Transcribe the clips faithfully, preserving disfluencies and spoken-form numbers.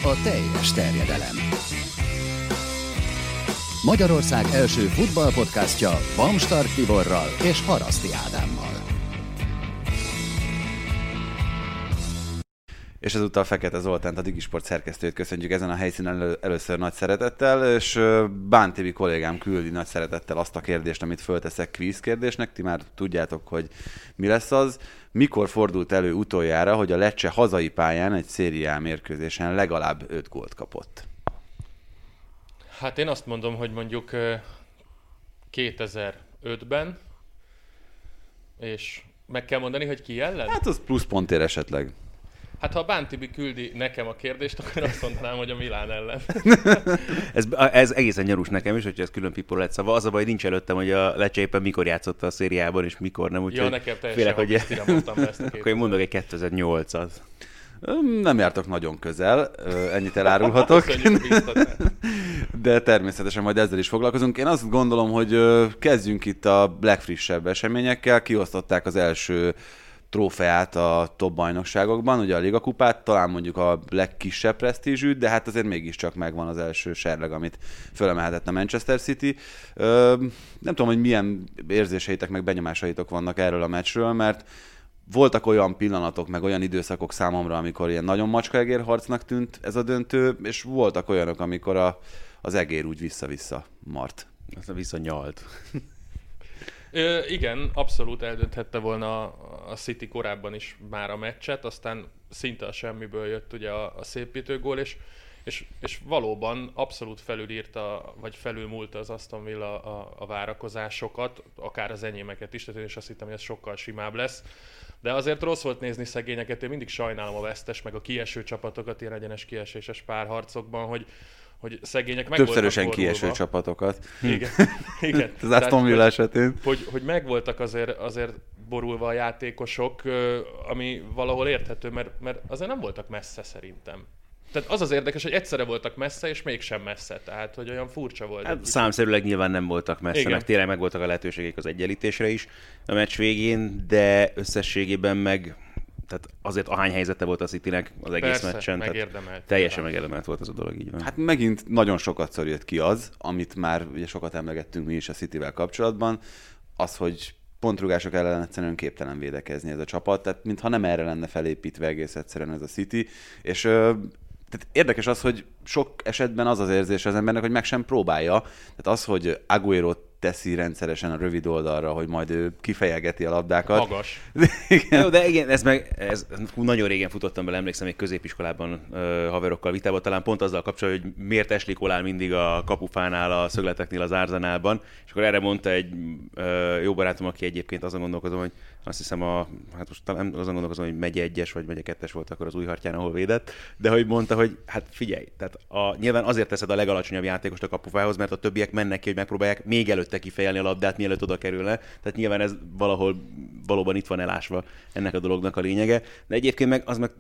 a teljes terjedelem. Magyarország első futballpodcastja Bamstart Tiborral és Haraszti Ádámmal. És ezúttal Fekete Zoltánt, a Digisport szerkesztőjét köszöntjük ezen a helyszínen elő, először nagy szeretettel, és Bán Tibi kollégám küldi nagy szeretettel azt a kérdést, amit fölteszek kvíz kérdésnek. Ti már tudjátok, hogy mi lesz az. Mikor fordult elő utoljára, hogy a Lecce hazai pályán egy Serie A mérkőzésen legalább öt gólt kapott? Hát én azt mondom, hogy mondjuk kétezer-ötben, és meg kell mondani, hogy ki ellen? Hát az plusz pontért esetleg. Hát ha a Bán Tibi küldi nekem a kérdést, akkor azt mondanám, hogy a Milán ellen. ez, ez egészen nyarús nekem is, hogyha ez külön pipor lett szava. Az a baj, nincs előttem, hogy a Lecce éppen mikor játszotta a szériában, és mikor nem. Ja, nekem teljesen félek, hogy mondtam ezt a akkor én mondok egy kétezer-nyolcat. Nem jártok nagyon közel, ennyit elárulhatok. De természetesen majd ezzel is foglalkozunk. Én azt gondolom, hogy kezdjünk itt a legfrissebb eseményekkel. Kiosztották az első trófeát a top bajnokságokban, ugye a Liga kupát, talán mondjuk a legkisebb presztízsű, de hát azért mégiscsak megvan az első serleg, amit fölemelhetett a Manchester City. Ö, nem tudom, hogy milyen érzéseitek, meg benyomásaitok vannak erről a meccsről, mert voltak olyan pillanatok, meg olyan időszakok számomra, amikor ilyen nagyon macskaegér harcnak tűnt ez a döntő, és voltak olyanok, amikor a, az egér úgy vissza-vissza mart. Aztán visszanyalt. Ö, igen, abszolút eldönthette volna a, a City korábban is már a meccset, aztán szinte a semmiből jött ugye a, a szépítő gól, és, és, és valóban abszolút felülírta, vagy felülmúlta az Aston Villa a, a várakozásokat, akár az enyémeket is, tehát én is azt hittem, hogy ez sokkal simább lesz. De azért rossz volt nézni szegényeket, én mindig sajnálom a vesztes, meg a kieső csapatokat, ilyen egyenes kieséses párharcokban, hogy hogy szegények meg többszörösen kieső csapatokat. Igen. Igen. Az Aston Villa esetén. Hogy, hogy megvoltak azért, azért borulva a játékosok, ami valahol érthető, mert, mert azért nem voltak messze szerintem. Tehát az az érdekes, hogy egyszerre voltak messze, és mégsem messze. Tehát, hogy olyan furcsa volt. Hát számszerűleg nyilván nem voltak messze, igen. Meg tényleg meg voltak a lehetőségek az egyenlítésre is a meccs végén, de összességében meg tehát azért ahány helyzete volt a Citynek az egész persze, meccsen. megérdemelt. Teljesen megérdemelt volt az a dolog, így van. Hát megint nagyon sokat jött ki az, amit már ugye sokat emlegettünk mi is a Cityvel kapcsolatban, az, hogy pontrugások ellen egyszerűen képtelen védekezni ez a csapat, tehát mintha nem erre lenne felépítve egész egyszerűen ez a City, és tehát érdekes az, hogy sok esetben az az érzés az embernek, hogy meg sem próbálja. Tehát az, hogy Agüero teszi rendszeresen a rövid oldalra, hogy majd ő kifejelgeti a labdákat. Magas. Igen. Jó, de igen, ez meg, ez, hú, nagyon régen futottam bele, emlékszem, még középiskolában uh, haverokkal vitába, talán pont azzal kapcsolatban, hogy miért Ashley Cole áll mindig a kapufánál, a szögleteknél az Arsenalban, és akkor erre mondta egy uh, jó barátom, aki egyébként azon gondolkozom, hogy azt hiszem, a, hát most talán azon gondolkozom, hogy megye egyes vagy megye kettes volt akkor az Újhartyán, ahol védett, de hogy mondta, hogy hát figyelj, tehát a, nyilván azért teszed a legalacsonyabb játékost a kapufához, mert a többiek mennek ki, hogy megpróbálják még előtte kifejelni a labdát, mielőtt oda kerülne. Tehát nyilván ez valahol valóban itt van elásva ennek a dolognak a lényege. De egyébként meg az meg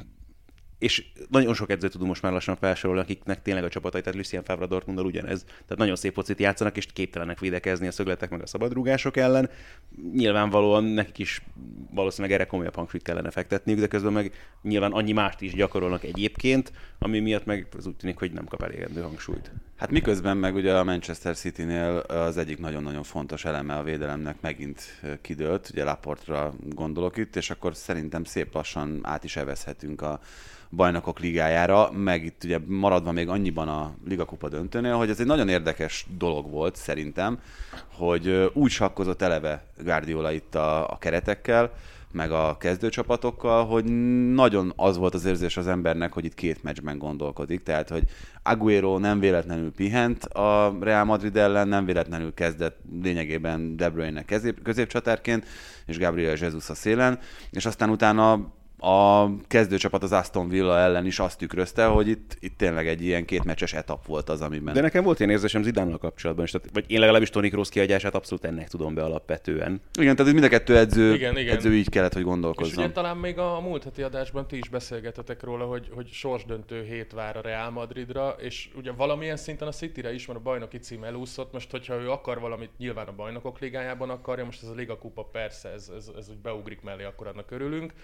és nagyon sok edzőt tudunk most már lassan felsorolni, akiknek tényleg a csapatai, tehát Lucien Favre Dortmunddal ugyanez. Tehát nagyon szép focit játszanak, és képtelenek védekezni a szögletek meg a szabadrúgások ellen. Nyilvánvalóan nekik is valószínűleg erre komolyabb hangsúlyt kellene fektetniük, de közben meg nyilván annyi mást is gyakorolnak egyébként, ami miatt meg az úgy tűnik, hogy nem kap elégendő hangsúlyt. Hát miközben meg ugye a Manchester Citynél az egyik nagyon-nagyon fontos eleme a védelemnek megint kidőlt, ugye Laportra gondolok itt, és akkor szerintem szép lassan át is evezhetünk a Bajnokok Ligájára, meg itt ugye maradva még annyiban a Liga Kupa döntőnél, hogy ez egy nagyon érdekes dolog volt szerintem, hogy úgy sakkozott eleve Guardiola itt a, a keretekkel, meg a kezdőcsapatokkal, hogy nagyon az volt az érzés az embernek, hogy itt két meccsben gondolkodik, tehát, hogy Agüero nem véletlenül pihent a Real Madrid ellen, nem véletlenül kezdett lényegében De Bruyne közép, középcsatárként, és Gabriel Jesus a szélen, és aztán utána a kezdőcsapat az Aston Villa ellen is azt tükrözte, hogy itt, itt tényleg egy ilyen kétmeccses etap volt az, amiben... De nekem volt ilyen érzésem Zidánnal kapcsolatban is, tehát, vagy én legalábbis Toni Kroos kiadását abszolút ennek tudom be alapvetően. Igen, tehát mind a kettő edző, igen, igen. edző így kellett, hogy gondolkozzon. És ugye talán még a múlt heti adásban ti is beszélgetetek róla, hogy, hogy sorsdöntő hét vár a Real Madridra, és ugye valamilyen szinten a Cityre is, mert a bajnoki cím elúszott, most hogyha ő akar valamit, nyilván a Bajnokok Ligájában akarja, most ez a Liga Kupa persze, ez, ez, ez úgy beugrik mellé, akkor annak örülünk.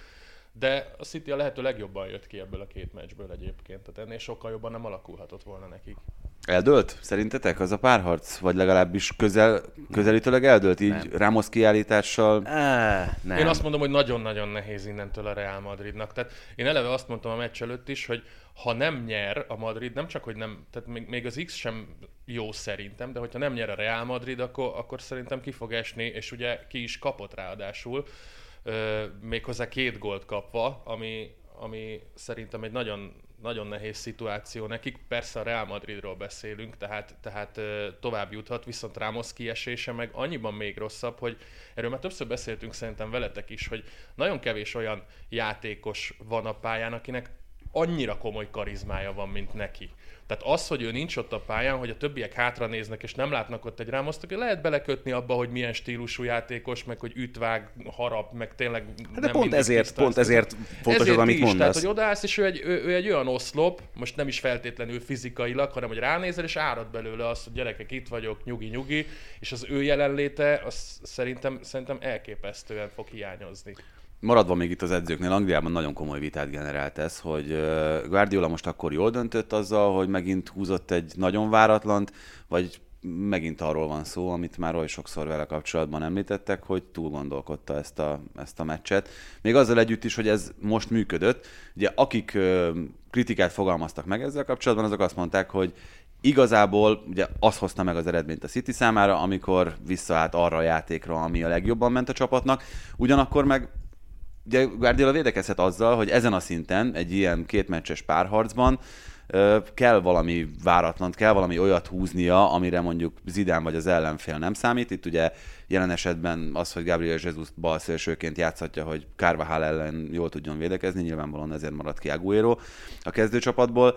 De a City a lehető legjobban jött ki ebből a két meccsből egyébként, tehát ennél sokkal jobban nem alakulhatott volna nekik. Eldőlt? Szerintetek az a párharc? Vagy legalábbis közel, közelítőleg eldőlt így nem. Ramos kiállítással? Á, nem. Én azt mondom, hogy nagyon-nagyon nehéz innentől a Real Madridnak. Tehát én eleve azt mondtam a meccs előtt is, hogy ha nem nyer a Madrid, nem csak, hogy nem, tehát még, még az X sem jó szerintem, de hogyha nem nyer a Real Madrid, akkor, akkor szerintem ki fog esni, és ugye ki is kapott ráadásul, euh, méghozzá két gólt kapva, ami, ami szerintem egy nagyon, nagyon nehéz szituáció nekik. Persze a Real Madridról beszélünk, tehát, tehát tovább juthat, viszont Ramos kiesése meg annyiban még rosszabb, hogy erről már többször beszéltünk szerintem veletek is, hogy nagyon kevés olyan játékos van a pályán, akinek annyira komoly karizmája van, mint neki. Tehát az, hogy ő nincs ott a pályán, hogy a többiek hátra néznek, és nem látnak ott egy Ramoszt, hogy lehet belekötni abba, hogy milyen stílusú játékos, meg hogy ütvág, harap, meg tényleg hát de nem pont ezért, pont ezért fontos ezért az, amit is, mondasz. Tehát, hogy odaállsz, és ő egy, ő, ő egy olyan oszlop, most nem is feltétlenül fizikailag, hanem hogy ránézel, és árad belőle azt, hogy gyerekek, itt vagyok, nyugi-nyugi, és az ő jelenléte, az szerintem, szerintem elképesztően fog hiányozni. Maradva még itt az edzőknél, Angliában nagyon komoly vitát generált ez, hogy Guardiola most akkor jól döntött azzal, hogy megint húzott egy nagyon váratlant, vagy megint arról van szó, amit már oly sokszor vele kapcsolatban említettek, hogy túl gondolkodta ezt a, ezt a meccset. Még azzal együtt is, hogy ez most működött. Ugye akik kritikát fogalmaztak meg ezzel kapcsolatban, azok azt mondták, hogy igazából ugye az hozta meg az eredményt a City számára, amikor visszaállt arra a játékra, ami a legjobban ment a csapatnak. Ugyanakkor meg ugye Guardiola védekezhet azzal, hogy ezen a szinten, egy ilyen kétmeccses párharcban kell valami váratlant, kell valami olyat húznia, amire mondjuk Zidane vagy az ellenfél nem számít. Itt ugye jelen esetben az, hogy Gabriel Jesus balszélsőként játszhatja, hogy Carvajal ellen jól tudjon védekezni, nyilvánvalóan ezért maradt ki Agüero a kezdőcsapatból.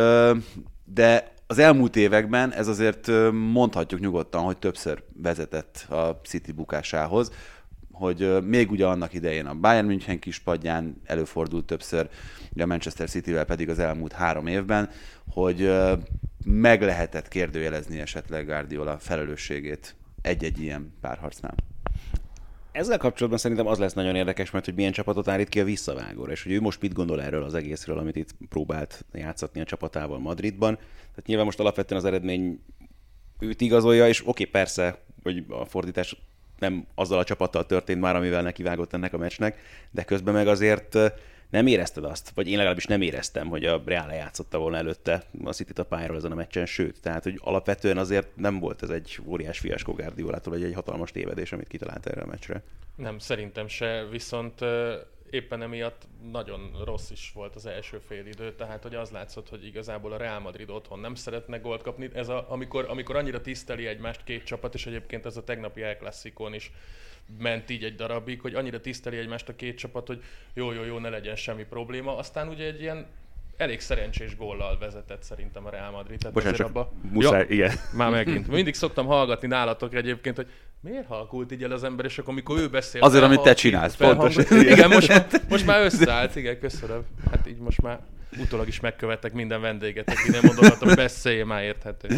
De az elmúlt években ez azért mondhatjuk nyugodtan, hogy többször vezetett a City bukásához, hogy még ugye annak idején a Bayern München kispadján előfordult többször, ugye a Manchester Cityvel pedig az elmúlt három évben, hogy meg lehetett kérdőjelezni esetleg Guardiola felelősségét egy-egy ilyen párharcnál. Ezzel kapcsolatban szerintem az lesz nagyon érdekes, mert hogy milyen csapatot állít ki a visszavágóra, és hogy ő most mit gondol erről az egészről, amit itt próbált játszatni a csapatával Madridban. Tehát nyilván most alapvetően az eredmény őt igazolja, és oké, okay, persze, hogy a fordítás nem azzal a csapattal történt már, amivel nekivágott ennek a meccsnek, de közben meg azért nem érezted azt, vagy én legalábbis nem éreztem, hogy a Real játszotta volna előtte a Cityt a pályáról ezen a meccsen, sőt, tehát hogy alapvetően azért nem volt ez egy óriás fiaskó Guardiolától, vagy egy hatalmas tévedés, amit kitalált erre a meccsre. Nem, szerintem se, viszont éppen emiatt nagyon rossz is volt az első félidő, tehát hogy az látszott, hogy igazából a Real Madrid otthon nem szeretne gólt kapni. Ez a, amikor, amikor annyira tiszteli egymást két csapat, és egyébként ez a tegnapi El Clasicón is ment így egy darabig, hogy annyira tiszteli egymást a két csapat, hogy jó, jó, jó, ne legyen semmi probléma. Aztán ugye egy ilyen elég szerencsés góllal vezetett szerintem a Real Madrid. Tehát bocsánat, csak abba... muszáj, ja, igen. Már megint. Mindig szoktam hallgatni nálatok egyébként, hogy miért halkult így el az ember, és akkor amikor ő beszél... Azért, amit te csinálsz, pontos. Igen, most, most már összeállt, igen, köszönöm. Hát így most már utólag is megkövettek minden vendéget, aki nem mondogatom, beszélj már érthető.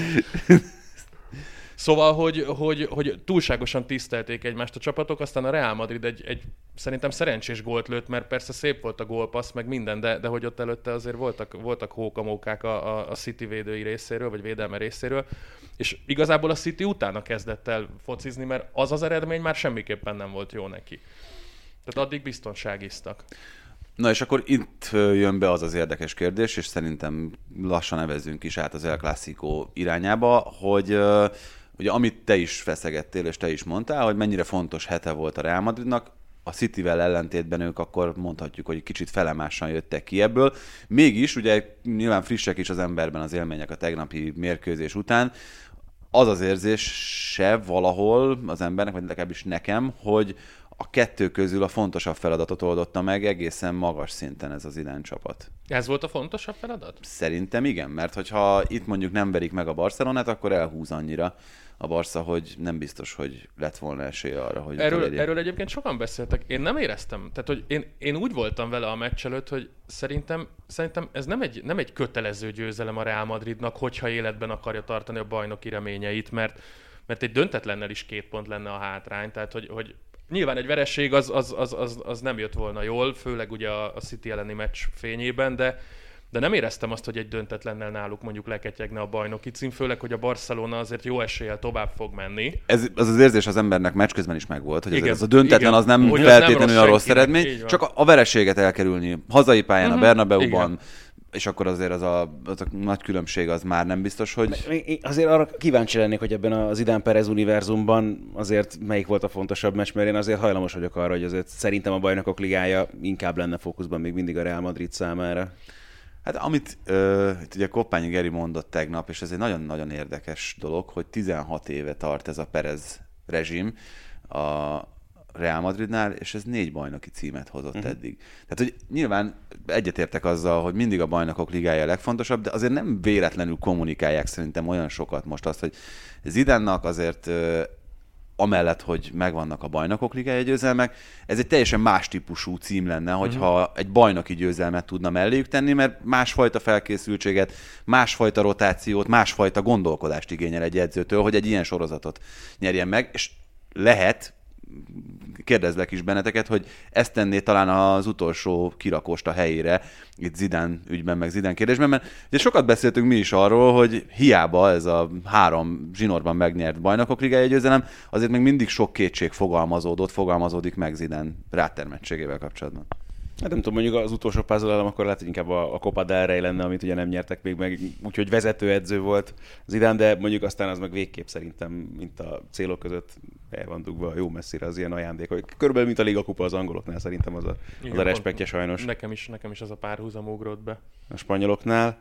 Szóval, hogy, hogy, hogy túlságosan tisztelték egymást a csapatok, aztán a Real Madrid egy, egy szerintem szerencsés gólt lőtt, mert persze szép volt a gólpassz, meg minden, de, de hogy ott előtte azért voltak, voltak hókamókák a, a, a City védői részéről, vagy védelme részéről, és igazából a City utána kezdett el focizni, mert az az eredmény már semmiképpen nem volt jó neki. Tehát addig biztonságiztak. Na és akkor itt jön be az az érdekes kérdés, és szerintem lassan nevezzünk is át az El Clásico irányába, hogy ugye amit te is feszegettél, és te is mondtál, hogy mennyire fontos hete volt a Real Madridnak, a Cityvel ellentétben ők akkor mondhatjuk, hogy kicsit felemásan jöttek ki ebből. Mégis, ugye nyilván frissek is az emberben az élmények a tegnapi mérkőzés után, az az érzése valahol az embernek, vagy legalábbis nekem, hogy a kettő közül a fontosabb feladatot oldotta meg egészen magas szinten ez az Zidane csapat. Ez volt a fontosabb feladat? Szerintem igen, mert hogyha itt mondjuk nem verik meg a Barcelonát, akkor elhúz annyira a Barca, hogy nem biztos, hogy lett volna esélye arra, hogy... Erről, erről egyébként sokan beszéltek. Én nem éreztem. Tehát, hogy én, én úgy voltam vele a meccs előtt, hogy szerintem, szerintem ez nem egy, nem egy kötelező győzelem a Real Madridnak, hogyha életben akarja tartani a bajnoki reményeit, mert, mert egy döntetlennel is két pont lenne a hátrány. Tehát, hogy, hogy nyilván egy vereség az, az, az, az, az nem jött volna jól, főleg ugye a, a City elleni meccs fényében, de De nem éreztem azt, hogy egy döntetlennel náluk mondjuk leketyegne a bajnoki cím, főleg, hogy a Barcelona azért jó eséllyel tovább fog menni. Ez az az érzés az embernek meccs közben is megvolt, hogy igen, ez a döntetlen igen, az nem hogy feltétlenül az a nem rossz senkinek, eredmény, csak a, a vereséget elkerülni hazai pályán, uh-huh. a Bernabeuban, és akkor azért az a, az a nagy különbség az már nem biztos, hogy... Én azért arra kíváncsi lennék, hogy ebben az Zidane Perez univerzumban azért melyik volt a fontosabb meccs, mert én azért hajlamos vagyok arra, hogy azért szerintem a Bajnokok Ligája inkább lenne fókuszban még mindig a Real Madrid számára. Hát amit uh, itt ugye Koppányi Geri mondott tegnap, és ez egy nagyon-nagyon érdekes dolog, hogy tizenhat éve tart ez a Perez rezsim a Real Madridnál, és ez négy bajnoki címet hozott uh-huh. eddig. Tehát, hogy nyilván egyetértek azzal, hogy mindig a Bajnokok Ligája a legfontosabb, de azért nem véletlenül kommunikálják szerintem olyan sokat most azt, hogy Zidane-nak azért uh, amellett, hogy megvannak a Bajnokok Ligája győzelmek, ez egy teljesen más típusú cím lenne, hogyha uh-huh. egy bajnoki győzelmet tudna melléjük tenni, mert másfajta felkészültséget, másfajta rotációt, másfajta gondolkodást igényel egy edzőtől, hogy egy ilyen sorozatot nyerjen meg, és lehet, kérdezlek is benneteket, hogy ezt tenné talán az utolsó kirakóst a helyére, itt Zidane ügyben, meg Zidane kérdésben, mert ugye sokat beszéltünk mi is arról, hogy hiába ez a három zsinórban megnyert Bajnokok Ligája győzelem, azért még mindig sok kétség fogalmazódott, fogalmazódik meg Zidane rátermettségével kapcsolatban. Hát nem tudom, mondjuk az utolsó puzzle-elem akkor lehet, hogy inkább a, a Copa del Rey lenne, amit ugye nem nyertek még meg, úgyhogy vezetőedző volt Zidane, de mondjuk aztán az meg végképp szerintem, mint a célok között el van dugva jó messzire az ilyen ajándék. Körülbelül, mint a Liga Kupa az angoloknál szerintem az a, az a respektje sajnos. Nekem is, nekem is az a párhuzam ugrott be. A spanyoloknál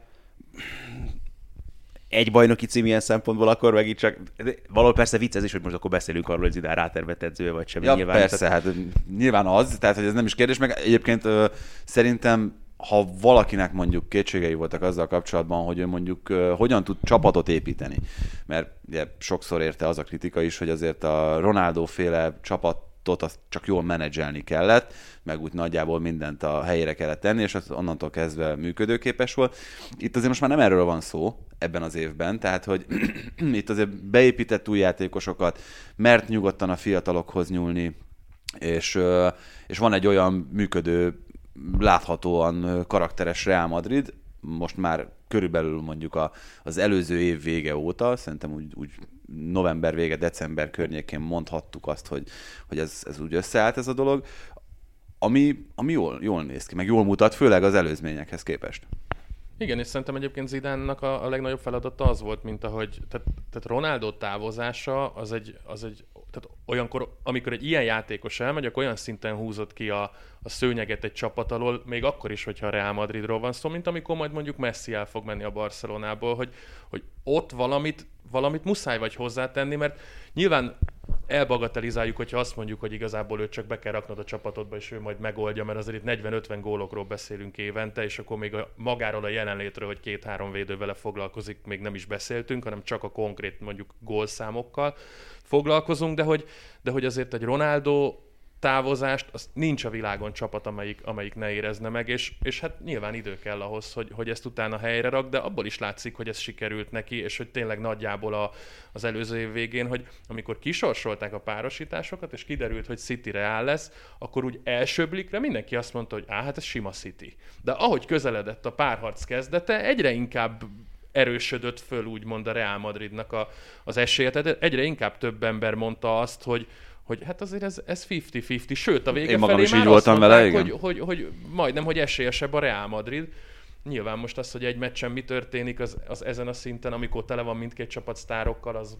egy bajnoki cím ilyen szempontból, akkor meg itt csak... Valahol persze vicc ez is, hogy most akkor beszélünk arról, hogy Zidane rátervett edzője, vagy sem. Ja, nyilván. persze, tehát... hát nyilván az, tehát hogy ez nem is kérdés, meg egyébként ö, szerintem, ha valakinek mondjuk kétségei voltak azzal kapcsolatban, hogy ő mondjuk ö, hogyan tud csapatot építeni, mert ugye sokszor érte az a kritika is, hogy azért a Ronaldo-féle csapat azt csak jól menedzselni kellett, meg úgy nagyjából mindent a helyére kellett tenni, és az onnantól kezdve működőképes volt. Itt azért most már nem erről van szó ebben az évben, tehát hogy itt azért beépített új játékosokat, mert nyugodtan a fiatalokhoz nyúlni, és, és van egy olyan működő, láthatóan karakteres Real Madrid, most már körülbelül mondjuk a, az előző év vége óta, szerintem úgy, úgy november vége, december környékén mondhattuk azt, hogy, hogy ez, ez úgy összeállt ez a dolog, ami, ami jól, jól néz ki, meg jól mutat, főleg az előzményekhez képest. Igen, és szerintem egyébként Zidane-nak a, a legnagyobb feladata az volt, mint ahogy, tehát, tehát Ronaldo távozása az egy, az egy tehát olyankor, amikor egy ilyen játékos elmegy, akkor olyan szinten húzott ki a, a szőnyeget egy csapat alól, még akkor is, hogyha a Real Madridról van szó, mint amikor majd mondjuk Messi el fog menni a Barcelonából, hogy, hogy ott valamit, valamit muszáj vagy hozzátenni, mert nyilván elbagatelizáljuk, hogyha azt mondjuk, hogy igazából őt csak be kell raknod a csapatodba, és ő majd megoldja, mert azért itt negyven-ötven gólokról beszélünk évente, és akkor még a, magáról a jelenlétről, hogy két-három védő vele foglalkozik, még nem is beszéltünk, hanem csak a konkrét mondjuk gólszámokkal foglalkozunk, de hogy, de hogy azért egy Ronaldo távozást, az nincs a világon csapat, amelyik, amelyik ne érezne meg, és, és hát nyilván idő kell ahhoz, hogy, hogy ezt utána helyre rak, de abból is látszik, hogy ez sikerült neki, és hogy tényleg nagyjából a, az előző év végén, hogy amikor kisorsolták a párosításokat, és kiderült, hogy City Real lesz, akkor úgy első blikre mindenki azt mondta, hogy á, hát ez sima City. De ahogy közeledett a párharc kezdete, egyre inkább erősödött föl úgymond a Real Madridnak a, az esélye, tehát egyre inkább több ember mondta azt, hogy hogy hát azért ez, ez fifty-fifty, sőt a vége Én magam felé is már így azt voltam mondták, vele, hogy, hogy, hogy majdnem, hogy esélyesebb a Real Madrid. Nyilván most az, hogy egy meccsen mi történik, az, az ezen a szinten, amikor tele van mindkét csapat sztárokkal, az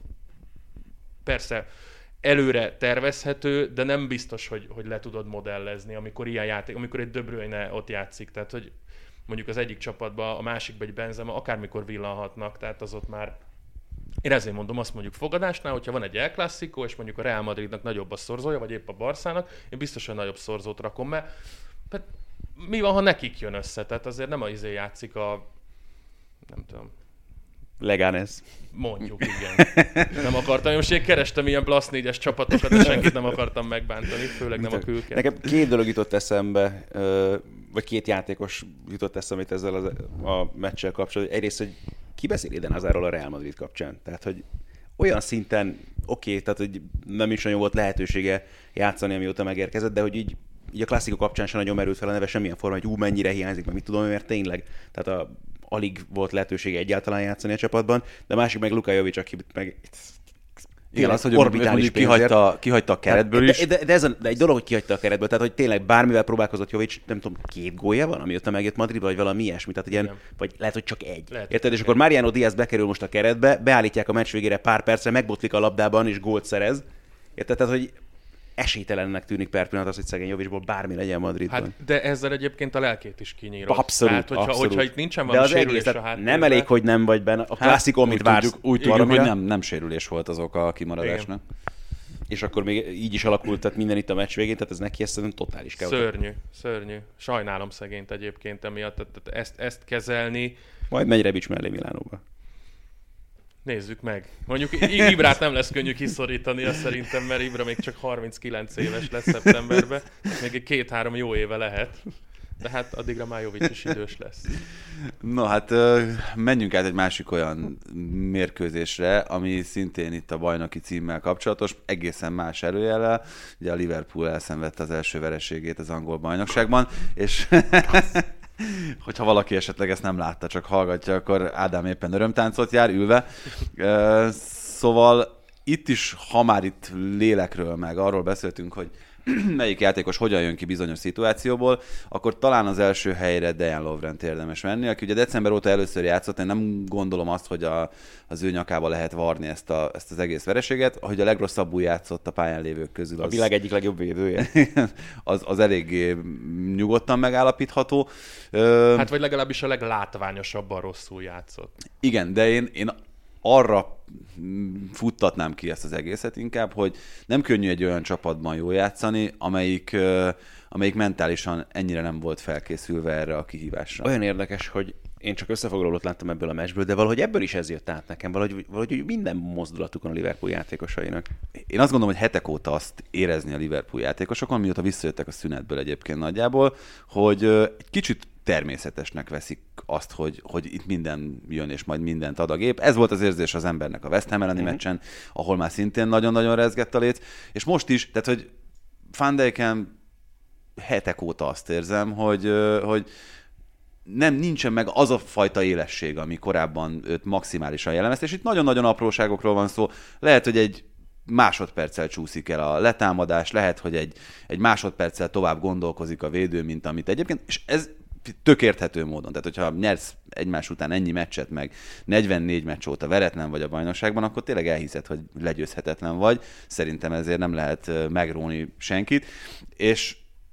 persze előre tervezhető, de nem biztos, hogy, hogy le tudod modellezni, amikor ilyen játék, amikor egy De Bruyne ott játszik, tehát hogy mondjuk az egyik csapatban, a másikban egy Benzema akármikor villanhatnak, tehát az ott már. Én ezért mondom, azt mondjuk fogadásnál, hogyha van egy El Clásico, és mondjuk a Real Madridnak nagyobb a szorzója, vagy épp a Barszának, én biztos, hogy nagyobb szorzót rakom, mert hát mi van, ha nekik jön össze? Tehát azért nem a izé játszik a, nem tudom. Leganes. Mondjuk, igen. Nem akartam, most én kerestem ilyen Blast négyes csapatokat, de senkit nem akartam megbántani, főleg nem a külket. Nekem két dolog jutott eszembe, vagy két játékos jutott eszembe itt ezzel a meccsel kapcsolatban. Egyrészt, hogy ki beszél Eden Hazardról a Real Madrid kapcsán? Tehát, hogy olyan szinten oké, okay, tehát hogy nem is nagyon volt lehetősége játszani, amióta megérkezett, de hogy így, így a klasszika kapcsán sem nagyon merült fel a neve semmilyen forma, hogy ú, mennyire hiányzik, meg mit tudom, mert tényleg, tehát a, alig volt lehetősége egyáltalán játszani a csapatban, de másik meg Luka Jovic, aki meg igen, az, hogy mondjuk kihagyta, kihagyta a keretből de, is. De, de, de, ez a, de egy dolog, hogy kihagyta a keretből, tehát hogy tényleg bármivel próbálkozott Jovic, nem tudom, két gólja van, amióta megjött Madridba, vagy valami ilyesmi, tehát ilyen, vagy lehet, hogy csak egy. Lehet, érted? És akkor Mariano Diaz bekerül most a keretbe, beállítják a meccs végére pár percre, megbotlik a labdában és gólt szerez. Érted? Tehát, hogy esélytelennek tűnik per pillanat az, hogy szegény Jovicból bármi legyen Madridban. Hát, de ezzel egyébként a lelkét is kinyírod. Abszolút, tehát, hogyha, abszolút. hogyha itt nincsen valami sérülés a háttérben. Nem elég, hogy nem vagy benne. A klasszikó, amit vársz. Tudjuk, úgy tudjuk, hogy nem, nem sérülés volt az oka a kimaradásnak. És akkor még így is alakult, tehát minden itt a meccs végén, tehát ez neki ezt szerintem totális kell. Szörnyű, szörnyű. Sajnálom szegényt egyébként emiatt, tehát ezt, ezt kezelni. Majd megy Rebic mellé Milánóba. Nézzük meg. Mondjuk Ibrát nem lesz könnyű kiszorítani, azt szerintem, mert Ibra még csak harminckilenc éves lesz szeptemberben. Még két-három jó éve lehet. De hát addigra már Jovic is idős lesz. No hát menjünk át egy másik olyan mérkőzésre, ami szintén itt a bajnoki címmel kapcsolatos, egészen más erőjellel. Ugye a Liverpool elszenvedte az első vereségét az angol bajnokságban, és hogyha valaki esetleg ezt nem látta, csak hallgatja, akkor Ádám éppen örömtáncot jár, ülve. Szóval itt is, ha már itt lélekről meg arról beszéltünk, hogy melyik játékos hogyan jön ki bizonyos szituációból, akkor talán az első helyre Dejan Lovrent érdemes venni, aki ugye december óta először játszott, én nem gondolom azt, hogy a, az ő nyakába lehet varni ezt, a, ezt az egész vereséget, ahogy a legrosszabbul játszott a pályán lévők közül. Az, a világ egyik legjobb védője. az, az eléggé nyugodtan megállapítható. Hát vagy legalábbis a leglátványosabban rosszul játszott. Igen, de én, én arra futtatnám ki ezt az egészet inkább, hogy nem könnyű egy olyan csapatban jól játszani, amelyik, amelyik mentálisan ennyire nem volt felkészülve erre a kihívásra. Olyan érdekes, hogy én csak összefoglalót láttam ebből a meccsből, de valahogy ebből is ez jött át nekem, valahogy, valahogy minden mozdulatukon a Liverpool játékosainak. Én azt gondolom, hogy hetek óta azt érezni a Liverpool játékosokon, mióta visszajöttek a szünetből egyébként nagyjából, hogy egy kicsit természetesnek veszik azt, hogy, hogy itt minden jön, és majd mindent ad a gép. Ez volt az érzés az embernek a West Ham elleni uh-huh. meccsen, ahol már szintén nagyon-nagyon rezgett a léc. És most is, tehát, hogy Van Dijken hetek óta azt érzem, hogy, hogy nem, nincsen meg az a fajta élesség, ami korábban őt maximálisan jellemezte, és itt nagyon-nagyon apróságokról van szó. Lehet, hogy egy másodperccel csúszik el a letámadás, lehet, hogy egy, egy másodperccel tovább gondolkozik a védő, mint amit egyébként, és ez tök érthető módon. Tehát, hogyha nyersz egymás után ennyi meccset, meg negyvennégy meccs óta veretlen vagy a bajnokságban, akkor tényleg elhiszed, hogy legyőzhetetlen vagy. Szerintem ezért nem lehet megróni senkit. És,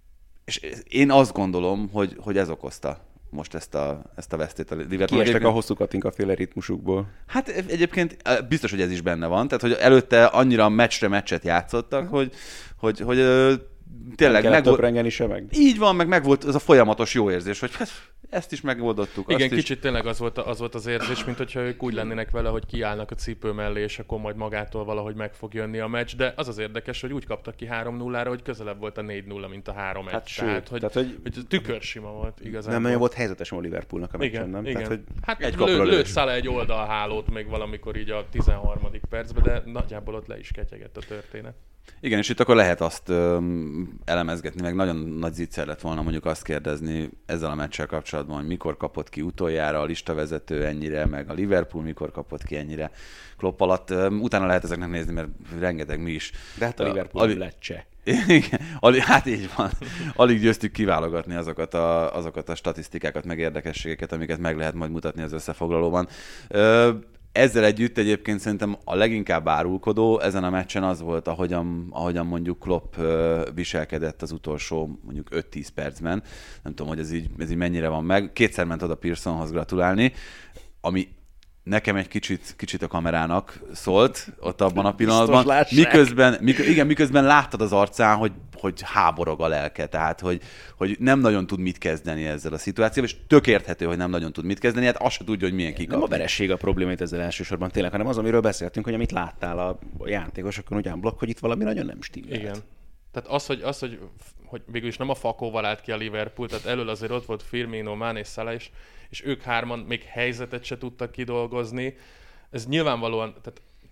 és én azt gondolom, hogy, hogy ez okozta most ezt a, ezt a vesztét a Liverpool. Kiestek a hosszú Katinka féle ritmusukból. Hát egyébként biztos, hogy ez is benne van. Tehát, hogy előtte annyira meccsre meccset játszottak, hogy, hogy, hogy tényleg nem meg volt... töprengeni se meg. Így van, meg, meg volt az a folyamatos jó érzés, hogy ezt is megoldottuk. Igen, azt kicsit is. tényleg az volt, az volt az érzés, mint hogyha ők úgy lennének vele, hogy kiállnak a cipő mellé, és akkor majd magától valahogy meg fog jönni a meccs, de az az érdekes, hogy úgy kaptak ki három nullára, hogy közelebb volt a négy nulla, mint a három egy. Hát tehát, hogy, tehát, hogy, hogy tükörsima volt igazán. Nem nagyon volt helyzetes a Liverpoolnak a meccsen, nem? Igen. Tehát, hogy hát egy lő, lőtt Salah egy oldalhálót még valamikor így a tizenharmadik percben, de nagyjából ott le is ketyegett a történet. Igen, és itt akkor lehet azt öm, elemezgetni, meg nagyon nagy zicser lett volna mondjuk azt kérdezni ezzel a meccsel kapcsolatban, hogy mikor kapott ki utoljára a listavezető ennyire, meg a Liverpool mikor kapott ki ennyire Klopp alatt. Öm, utána lehet ezeknek nézni, mert rengeteg mi is. De hát a Liverpool uh, lett se. Igen, alig, hát így van. Alig győztük kiválogatni azokat a, azokat a statisztikákat, meg érdekességeket, amiket meg lehet majd mutatni az összefoglalóban. Ö, Ezzel együtt egyébként szerintem a leginkább árulkodó ezen a meccsen az volt, ahogyan, ahogyan mondjuk Klopp viselkedett az utolsó mondjuk öt-tíz percben. Nem tudom, hogy ez így, ez így mennyire van meg. Kétszer ment oda Pearsonhoz gratulálni, ami nekem egy kicsit, kicsit a kamerának szólt ott abban a pillanatban. Miközben, mikö, igen, miközben láttad az arcán, hogy, hogy háborog a lelke, tehát hogy, hogy nem nagyon tud mit kezdeni ezzel a szituációval, és tök érthető, hogy nem nagyon tud mit kezdeni, hát azt se tudja, hogy milyen kikapni. Nem a veresség a probléma itt ezzel elsősorban tényleg, hanem az, amiről beszéltünk, hogy amit láttál a játékosokon, ugyan blokk, hogy itt valami nagyon nem stimmelt. Igen. Tehát az, hogy, az, hogy, hogy végül is nem a fakóval állt ki a Liverpool, tehát elől azért ott volt Firmino, Mané és Salah is, és ők hárman még helyzetet se tudtak kidolgozni. Ez nyilvánvalóan, tehát,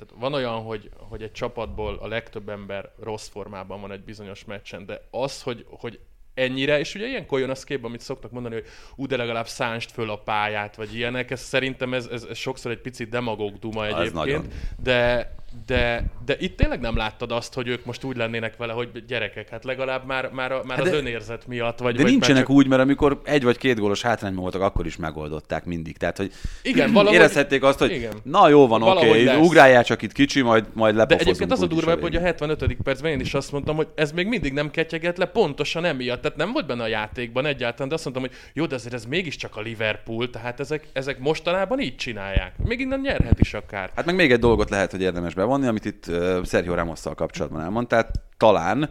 Tehát van olyan, hogy, hogy egy csapatból a legtöbb ember rossz formában van egy bizonyos meccsen, de az, hogy, hogy ennyire, és ugye ilyenkor jön az képbe, amit szoktak mondani, hogy ú, de legalább szánst föl a pályát, vagy ilyenek, ez szerintem ez, ez, ez sokszor egy picit demagóg duma egyébként, de, de, de itt tényleg nem láttad azt, hogy ők most úgy lennének vele, hogy gyerekek, hát legalább már, már, a, már hát az de, önérzet miatt. Vagy, de vagy nincsenek csak... úgy, mert amikor egy vagy két gólos hátrányban voltak, akkor is megoldották mindig. Tehát, hogy igen, valahogy, érezhették azt, hogy igen. Na jó van, oké, okay, ugrálják csak itt kicsi, majd, majd lepofozunk. De egyébként az a durvább, hogy a hetvenötödik percben én is azt mondtam, hogy ez még mindig nem ketyeget le, pontosan emiatt. Tehát nem volt benne a játékban egyáltalán, de azt mondtam, hogy jó, de azért ez mégiscsak a Liverpool, tehát ezek, ezek mostanában így csinálják. Még innen nyerhet is akár. Hát meg még egy dolgot lehet, hogy érdemes bevonni, amit itt uh, Sergio Ramosszal kapcsolatban elmondtál. Talán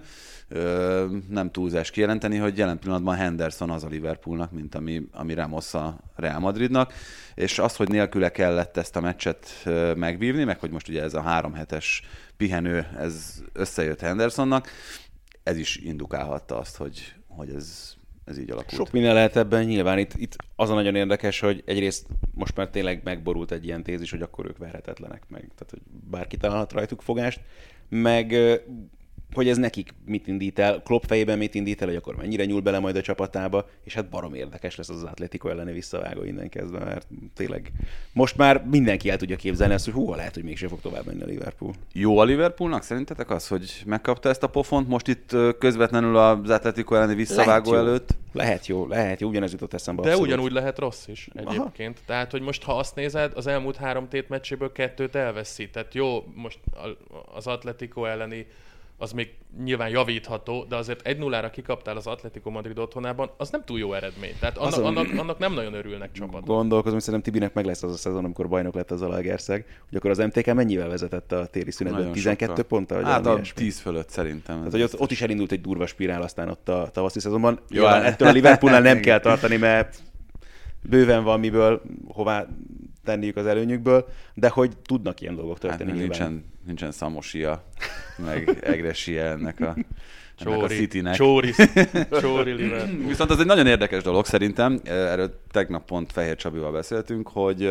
uh, nem túlzás kijelenteni, hogy jelen pillanatban Henderson az a Liverpoolnak, mint ami, ami Ramos a Real Madridnak, és az, hogy nélküle kellett ezt a meccset uh, megvívni, meg hogy most ugye ez a három hetes pihenő, ez összejött Hendersonnak, ez is indukálhatta azt, hogy, hogy ez, ez így alakult. Sok minden lehet ebben nyilván. Itt, itt az a nagyon érdekes, hogy egyrészt most már tényleg megborult egy ilyen tézis, hogy akkor ők verhetetlenek meg. Tehát, hogy bárki találhat rajtuk fogást. Meg, hogy ez nekik mit indít el, Klopp fejében mit indít el, hogy akkor mennyire nyúl bele majd a csapatába, és hát barom érdekes lesz az Atletico elleni visszavágó innen kezdve, mert tényleg most már mindenki el tudja képzelni azt, hogy hú, lehet, hogy mégsem fog tovább menni a Liverpool. Jó a Liverpoolnak szerintetek az, hogy megkapta ezt a pofont most itt közvetlenül az Atletico elleni visszavágó lehet előtt? Lehet jó, lehet jó, ugyanez jutott eszembe. De abszolút. Ugyanúgy lehet rossz is egyébként. Aha. Tehát, hogy most ha azt nézed, az elmúlt három tét meccséből kettőt elveszít. Tehát jó, most az Atletico elleni az még nyilván javítható, de azért egy nullára kikaptál az Atletico Madrid otthonában, az nem túl jó eredmény. Tehát annak, Azon... annak, annak nem nagyon örülnek csapatok. Gondolkozom, hogy szerintem Tibinek meg lesz az a szezon, amikor bajnok lett az Zalaegerszeg, hogy akkor az em té ká mennyivel vezetett a téli szünetben? tizenkettő ponttal? Hát a tíz fölött szerintem. Tehát, hogy ott, ott is elindult egy durva spirál aztán ott a tavaszi szezonban. Jó, ettől a Liverpoolnál nem kell tartani, mert bőven van miből hová tenniük az előnyükből, de hogy tudnak ilyen dolgok történni. Hát, nincsen, nincsen Szamosia, meg Egresia ennek a, ennek a Citynek. Csóri, Csóri Liverpool. Viszont az egy nagyon érdekes dolog szerintem, erről tegnap pont Fehér Csabival beszéltünk, hogy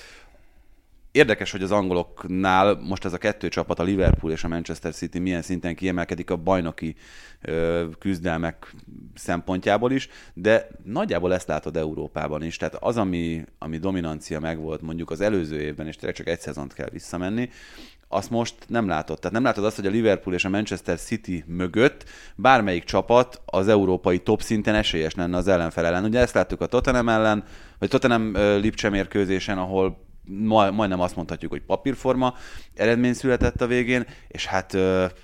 érdekes, hogy az angoloknál most ez a kettő csapat, a Liverpool és a Manchester City milyen szinten kiemelkedik a bajnoki ö, küzdelmek szempontjából is, de nagyjából ezt látod Európában is. Tehát az, ami, ami dominancia megvolt mondjuk az előző évben, és tényleg csak egy szezont kell visszamenni, azt most nem látod. Tehát nem látod azt, hogy a Liverpool és a Manchester City mögött bármelyik csapat az európai top szinten esélyes lenne az ellenfel ellen. Ugye ezt láttuk a Tottenham ellen, vagy Tottenham Lipcse mérkőzésen, ahol majdnem azt mondhatjuk, hogy papírforma eredmény született a végén, és hát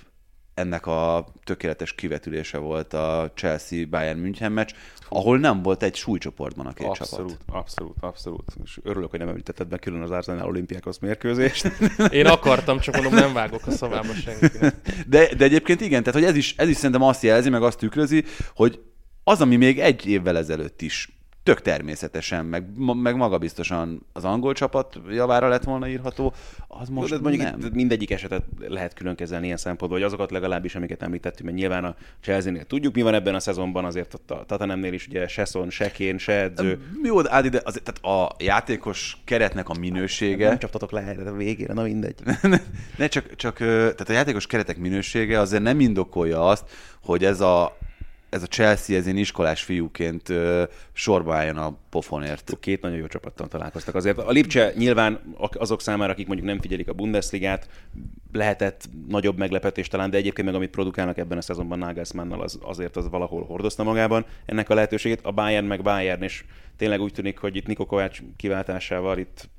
ennek a tökéletes kivetülése volt a Chelsea-Bayern München meccs, ahol nem volt egy súlycsoportban a két abszolút, csapat. Abszolút, abszolút. És örülök, hogy nem említetted be külön az Arsenal Olympiakos mérkőzést. Én akartam, csak mondom, nem vágok a szavába senkinek. De, de egyébként igen, tehát hogy ez is, ez is szerintem azt jelzi, meg azt tükrözi, hogy az, ami még egy évvel ezelőtt is tök természetesen, meg, meg magabiztosan az angol csapat javára lett volna írható, az most de mondjuk nem. Mindegyik esetet lehet külön kezelni ilyen szempontból, vagy azokat legalábbis, amiket említettünk, mert nyilván a Chelsea-nél tudjuk, mi van ebben a szezonban, azért ott a Tottenhamnél is ugye se Son, se Kane, se edző. Jó, de, de azért, tehát a játékos keretnek a minősége... Nem csaptatok le a végére, na mindegy. ne, csak, csak tehát a játékos keretek minősége azért nem indokolja azt, hogy ez a ez a Chelsea ez én iskolás fiúként ö, sorba álljon a pofonért. Két nagyon jó csapattal találkoztak. Azért a Lipcse nyilván azok számára, akik mondjuk nem figyelik a Bundesligát, lehetett nagyobb meglepetés talán, de egyébként meg amit produkálnak ebben a szezonban Nagelsmannnal, az, azért az valahol hordozta magában ennek a lehetőségét. A Bayern meg Bayern, és tényleg úgy tűnik, hogy itt Niko Kovács kiváltásával itt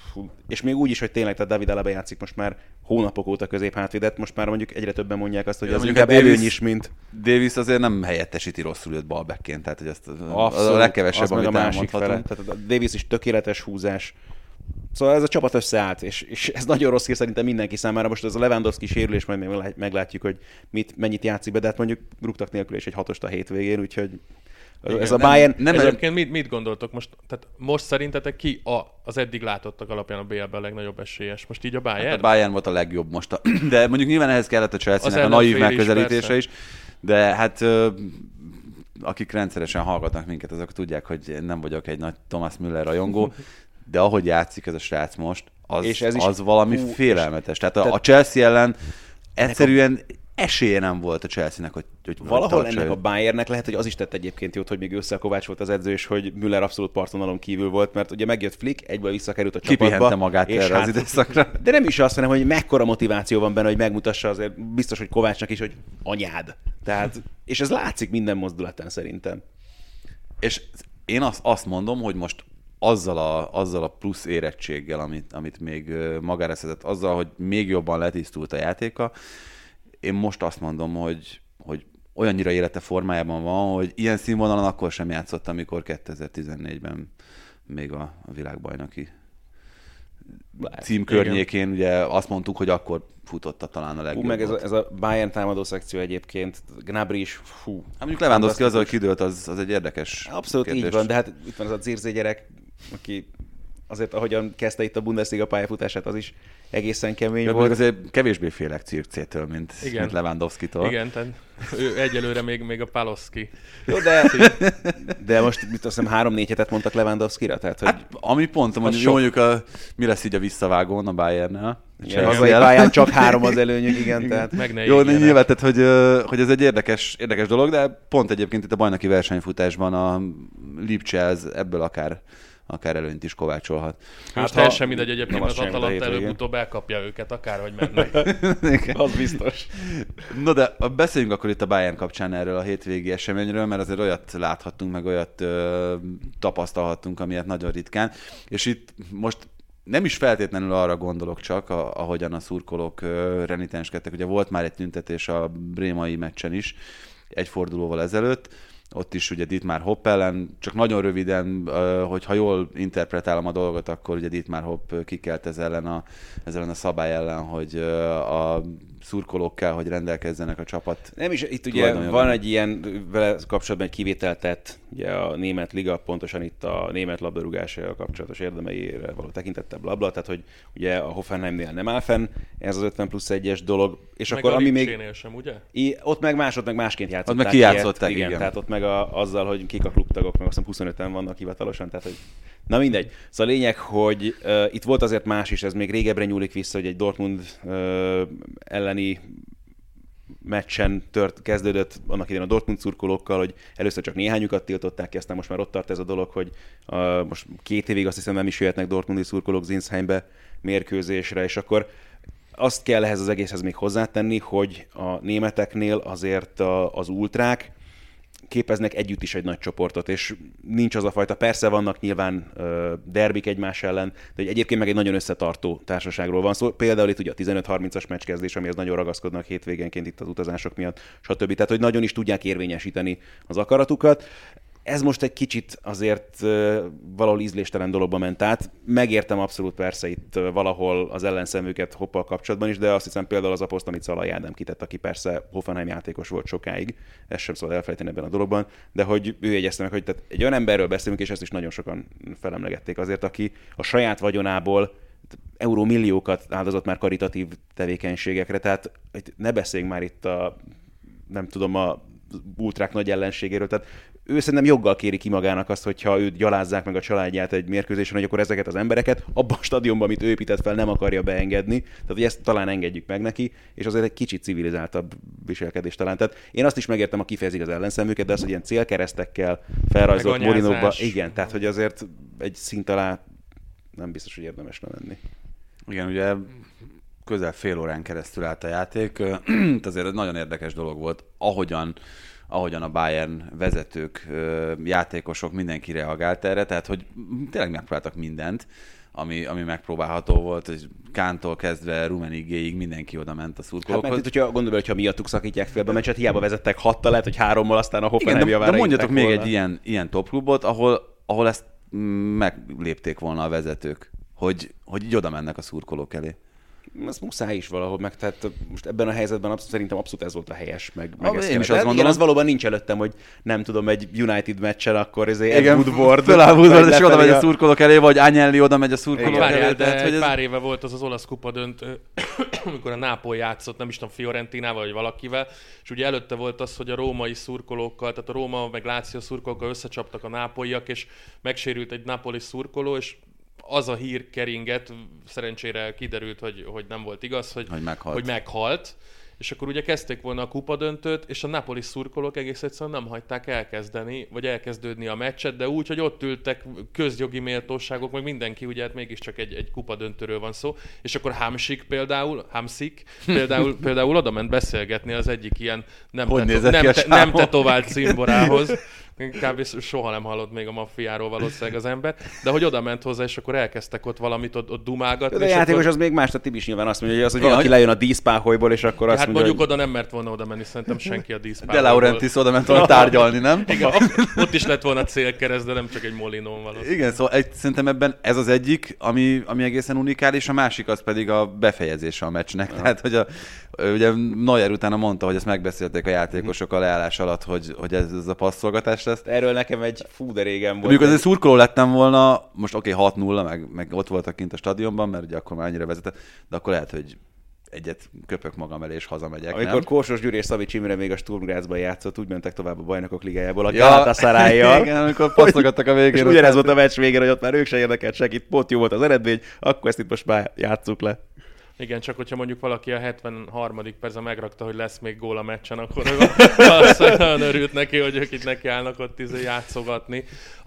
és még úgy is, hogy tényleg, tehát David Alaba játszik most már hónapok óta középhátvédet, most már mondjuk egyre többen mondják azt, hogy ja, az inkább előny is, mint... Davis azért nem helyettesíti rosszul őt balbackként, tehát hogy ezt az a legkevesebb, amit elmondhatunk. Tehát a Davis is tökéletes húzás. Szóval ez a csapat összeállt, és, és ez nagyon rossz hír szerintem mindenki számára. Most ez a Lewandowski sérülés, majd még meglátjuk, hogy mit, mennyit játszik be, de hát mondjuk rúgtak nélkül és egy hatost a hétvégén, úgyhogy igen, ez a Bayern... Nem, nem egyébként mit, mit gondoltok most? Tehát most szerintetek ki a, az eddig látottak alapján a bé el-ben a legnagyobb esélyes? Most így a Bayern? Hát a Bayern volt a legjobb most. A, de mondjuk nyilván ehhez kellett a Chelsea-nek a naív megközelítése is, is. De hát akik rendszeresen hallgatnak minket, azok tudják, hogy nem vagyok egy nagy Thomas Müller rajongó, de ahogy játszik ez a srác most, az, és ez is, az valami hú, félelmetes. Tehát a, tehát a Chelsea ellen egyszerűen esélye nem volt a Chelsea-nek, hogy, hogy valahol hogy ennek a Bayernnek lehet, hogy az is tett egyébként jót, hogy még ősszel Kovács volt az edző, és hogy Müller abszolút partvonalon kívül volt, mert ugye megjött Flick, egyből visszakerült a csapatba. Kipihente magát és erre hát, az időszakra. De nem is azt, hanem, hogy mekkora motiváció van benne, hogy megmutassa azért biztos, hogy Kovácsnak is, hogy anyád. Tehát, és ez látszik minden mozdulatán szerintem. És én azt, azt mondom, hogy most azzal a, azzal a plusz érettséggel, amit, amit még magára szedett, azzal, hogy még jobban letisztult a játéka, én most azt mondom, hogy, hogy olyannyira élete formájában van, hogy ilyen színvonalon akkor sem játszott, amikor kétezer-tizennégyben még a, a világbajnoki cím környékén, ugye azt mondtuk, hogy akkor futotta talán a legjobb. Hú, meg ez a, ez a Bayern támadó szekció egyébként, Gnabry is, fú. Hát mondjuk Lewandowski az, hogy kidőlt, az, az egy érdekes Abszolút kérdés. így van, de hát itt van az a Zirze gyerek, aki azért, ahogyan kezdte itt a Bundesliga pályafutását, az is egészen kemény ja, volt. Azért kevésbé félek Circétől, mint, mint Lewandowskitól. Igen, tehát ő egyelőre még, még a Paloszki. Jó, de, de most mit azt hiszem három-négy hetet mondtak Lewandowskira, tehát hogy... Hát, ami pont, mondjuk, mondjuk a, mi lesz így a visszavágón a Bayernnel. Igen, hazai pályán csak három az előnyük, igen, igen. Tehát... Meg ne Jó, égjenek. nyilván, tehát, hogy, hogy ez egy érdekes, érdekes dolog, de pont egyébként itt a bajnoki versenyfutásban a Lipcse ebből akár akár előnyt is kovácsolhat. Hát most teljesen mindegy, egyébként az Atalanta előbb-utóbb elkapja őket, akárhogy mennek. Az biztos. No de beszéljünk akkor itt a Bayern kapcsán erről a hétvégi eseményről, mert azért olyat láthattunk, meg olyat ö, tapasztalhattunk, amilyet nagyon ritkán. És itt most nem is feltétlenül arra gondolok csak, a, ahogyan a szurkolók ö, renitenskedtek. Ugye volt már egy tüntetés a brémai meccsen is, egy fordulóval ezelőtt. Ott is ugye Dietmar Hopp ellen, csak nagyon röviden, hogyha jól interpretálom a dolgot, akkor ugye Dietmar Hopp kikelt ez ellen a, ez ellen a szabály ellen, hogy a szurkolók kell, hogy rendelkezzenek a csapat. Nem is, itt ugye van egy ilyen vele kapcsolatban egy kivételt tett, ugye a német liga, pontosan itt a német labdarúgással kapcsolatos érdemeire való tekintettel blabla, tehát hogy ugye a Hoffenheimnél nem áll fenn ez az ötven plusz egyes dolog, és meg akkor a ami még... sem, ugye? I, ott meg másod, meg másként játszották. Ott meg kijátszották, igen, igen. Tehát ott meg a, azzal, hogy kik a klubtagok, meg azt hiszem huszonöten vannak hivatalosan, tehát hogy... Na mindegy. Szóval a lényeg, hogy uh, itt volt azért más is, ez még régebbre nyúlik vissza, hogy egy Dortmund uh, elleni meccsen tört, kezdődött annak idején a Dortmund szurkolókkal, hogy először csak néhányukat tiltották ki, aztán most már ott tart ez a dolog, hogy uh, most két évig azt hiszem nem is jöhetnek dortmundi szurkolók Zinsheimbe mérkőzésre, és akkor azt kell ehhez az egészhez még hozzátenni, hogy a németeknél azért a, az ultrák képeznek együtt is egy nagy csoportot, és nincs az a fajta, persze vannak nyilván uh, derbik egymás ellen, de hogy egyébként meg egy nagyon összetartó társaságról van szó. Például itt ugye a tizenöt harmincas meccskezdés, amihez nagyon ragaszkodnak hétvégenként itt az utazások miatt, stb. Tehát, hogy nagyon is tudják érvényesíteni az akaratukat. Ez most egy kicsit azért uh, valahol ízléstelen dologba ment át. Megértem abszolút persze itt uh, valahol az ellenszemüket Hoppal kapcsolatban is, de azt hiszem például az a poszt, amit Szalai Ádám kitett, aki persze Hoffenheim játékos volt sokáig, ezt sem szabad elfelejteni ebben a dologban, de hogy ő jegyezte meg, hogy tehát egy olyan emberről beszélünk, és ezt is nagyon sokan felemlegették azért, aki a saját vagyonából eurómilliókat áldozott már karitatív tevékenységekre, tehát ne beszéljünk már itt a, nem tudom, a ultrák nagy ellenségéről, tehát ő szerintem joggal kéri ki magának azt, hogyha őt gyalázzák meg a családját egy mérkőzésen, hogy akkor ezeket az embereket abban a stadionban, amit ő épített fel, nem akarja beengedni. Tehát, hogy ezt talán engedjük meg neki, és azért egy kicsit civilizáltabb viselkedés talán. Tehát én azt is megértem, ha kifejezik az ellenszemüket, de az, hogy ilyen célkeresztekkel felrajzolt Morinóba, igen, tehát, hogy azért egy szint alá nem biztos, hogy érdemes lenni. Igen, ugye közel fél órán keresztül állt a játék, azért ez nagyon érdekes dolog volt, ahogyan ahogyan a Bayern vezetők, játékosok, mindenki reagált erre, tehát hogy tényleg megpróbáltak mindent, ami, ami megpróbálható volt, hogy Kántól kezdve Rummenigéig mindenki oda ment a szurkolókhoz. Hát mert itt, hogyha gondolod, hogyha miattuk szakítják félbe a meccset, hiába vezettek hattal, lehet, hogy hárommal, aztán a Hoffenheim javára. De mondjatok még volna egy ilyen, ilyen top klubot, ahol, ahol ezt meglépték volna a vezetők, hogy, hogy így oda mennek a szurkolók elé. Ez muszáj is valahol meg, tehát most ebben a helyzetben abszolút, szerintem abszolút ez volt a helyes, meg, meg ah, ezt én is azt gondolom. gondolom. Az valóban nincs előttem, hogy nem tudom, egy United meccsen akkor ez egy Woodward. Föláll Woodward, és oda megy a szurkolók elé, vagy Agnelli oda megy a szurkolók elé. Várjál, de tehát, egy hogy pár ez... éve volt az az olasz kupa döntő, amikor a Nápoly játszott, nem is tudom, Fiorentinával vagy valakivel, és ugye előtte volt az, hogy a római szurkolókkal, tehát a Róma meg Láció szurkolókkal összecsaptak a nápolyiak, és megsérült egy nápolyi szurkoló, és az a hír keringett, szerencsére kiderült, hogy, hogy nem volt igaz, hogy, hogy meghalt. hogy meghalt. És akkor ugye kezdték volna a kupadöntőt, és a Napoli szurkolók egész egyszerűen nem hagyták elkezdeni, vagy elkezdődni a meccset, de úgy, hogy ott ültek közjogi méltóságok, meg mindenki, ugye hát mégiscsak egy, egy kupadöntőről van szó, és akkor Hamsik például, Hamsik például, például oda ment beszélgetni az egyik ilyen nem, teto- nem, te- nem tetovált cimborához, kb. Soha nem hallott még a maffiáról valószínűleg az ember, de hogy oda ment hozzá, és akkor elkezdtek ott valamit ott, ott dumálgatni. De a játékos akkor... az még más, a Tibis nyilván azt mondja, hogy az, hogy valaki lejön a díszpáholyból, és akkor azt hát mondja, mondjuk hogy... oda nem mert volna oda menni, szerintem senki a díszpáholyból. De Laurentiis oda ment volna tárgyalni, nem? Igen, ott is lett volna célkereszt, de nem csak egy molinón valószínűleg. Igen, szóval egy, szerintem ebben ez az egyik, ami, ami egészen unikális, a másik az pedig a befejezése a meccsnek. Ja. Tehát, hogy a, ugye Neuer utána mondta, hogy ezt megbeszélték a játékosok a leállás alatt, hogy, hogy ez, ez a passzolgatás lesz. Erről nekem egy fú, de régen volt. Mondjuk azért szurkoló lettem volna, most oké, okay, hat nulla, meg, meg ott voltak kint a stadionban, mert ugye akkor már annyira vezetett, de akkor lehet, hogy egyet köpök magam elé, és hazamegyek. Amikor nem? Kórsos Gyuri és Szabics Imre még a Sturm Grazban játszott, úgy mentek tovább a Bajnokok Ligájából a ja, Galatasarayjal. Igen, amikor passzolgattak a végén. És ugyanez volt a meccs végén, hogy ott már ők se érdekelt segít, pont jó volt az eredmény, akkor ezt itt most már játsszuk le. Igen, csak hogyha mondjuk valaki a hetvenharmadik percben megrakta, hogy lesz még gól a meccsen, akkor ő valószínűleg nagyon örült neki, hogy ők itt nekiállnak ott izé játszogatni.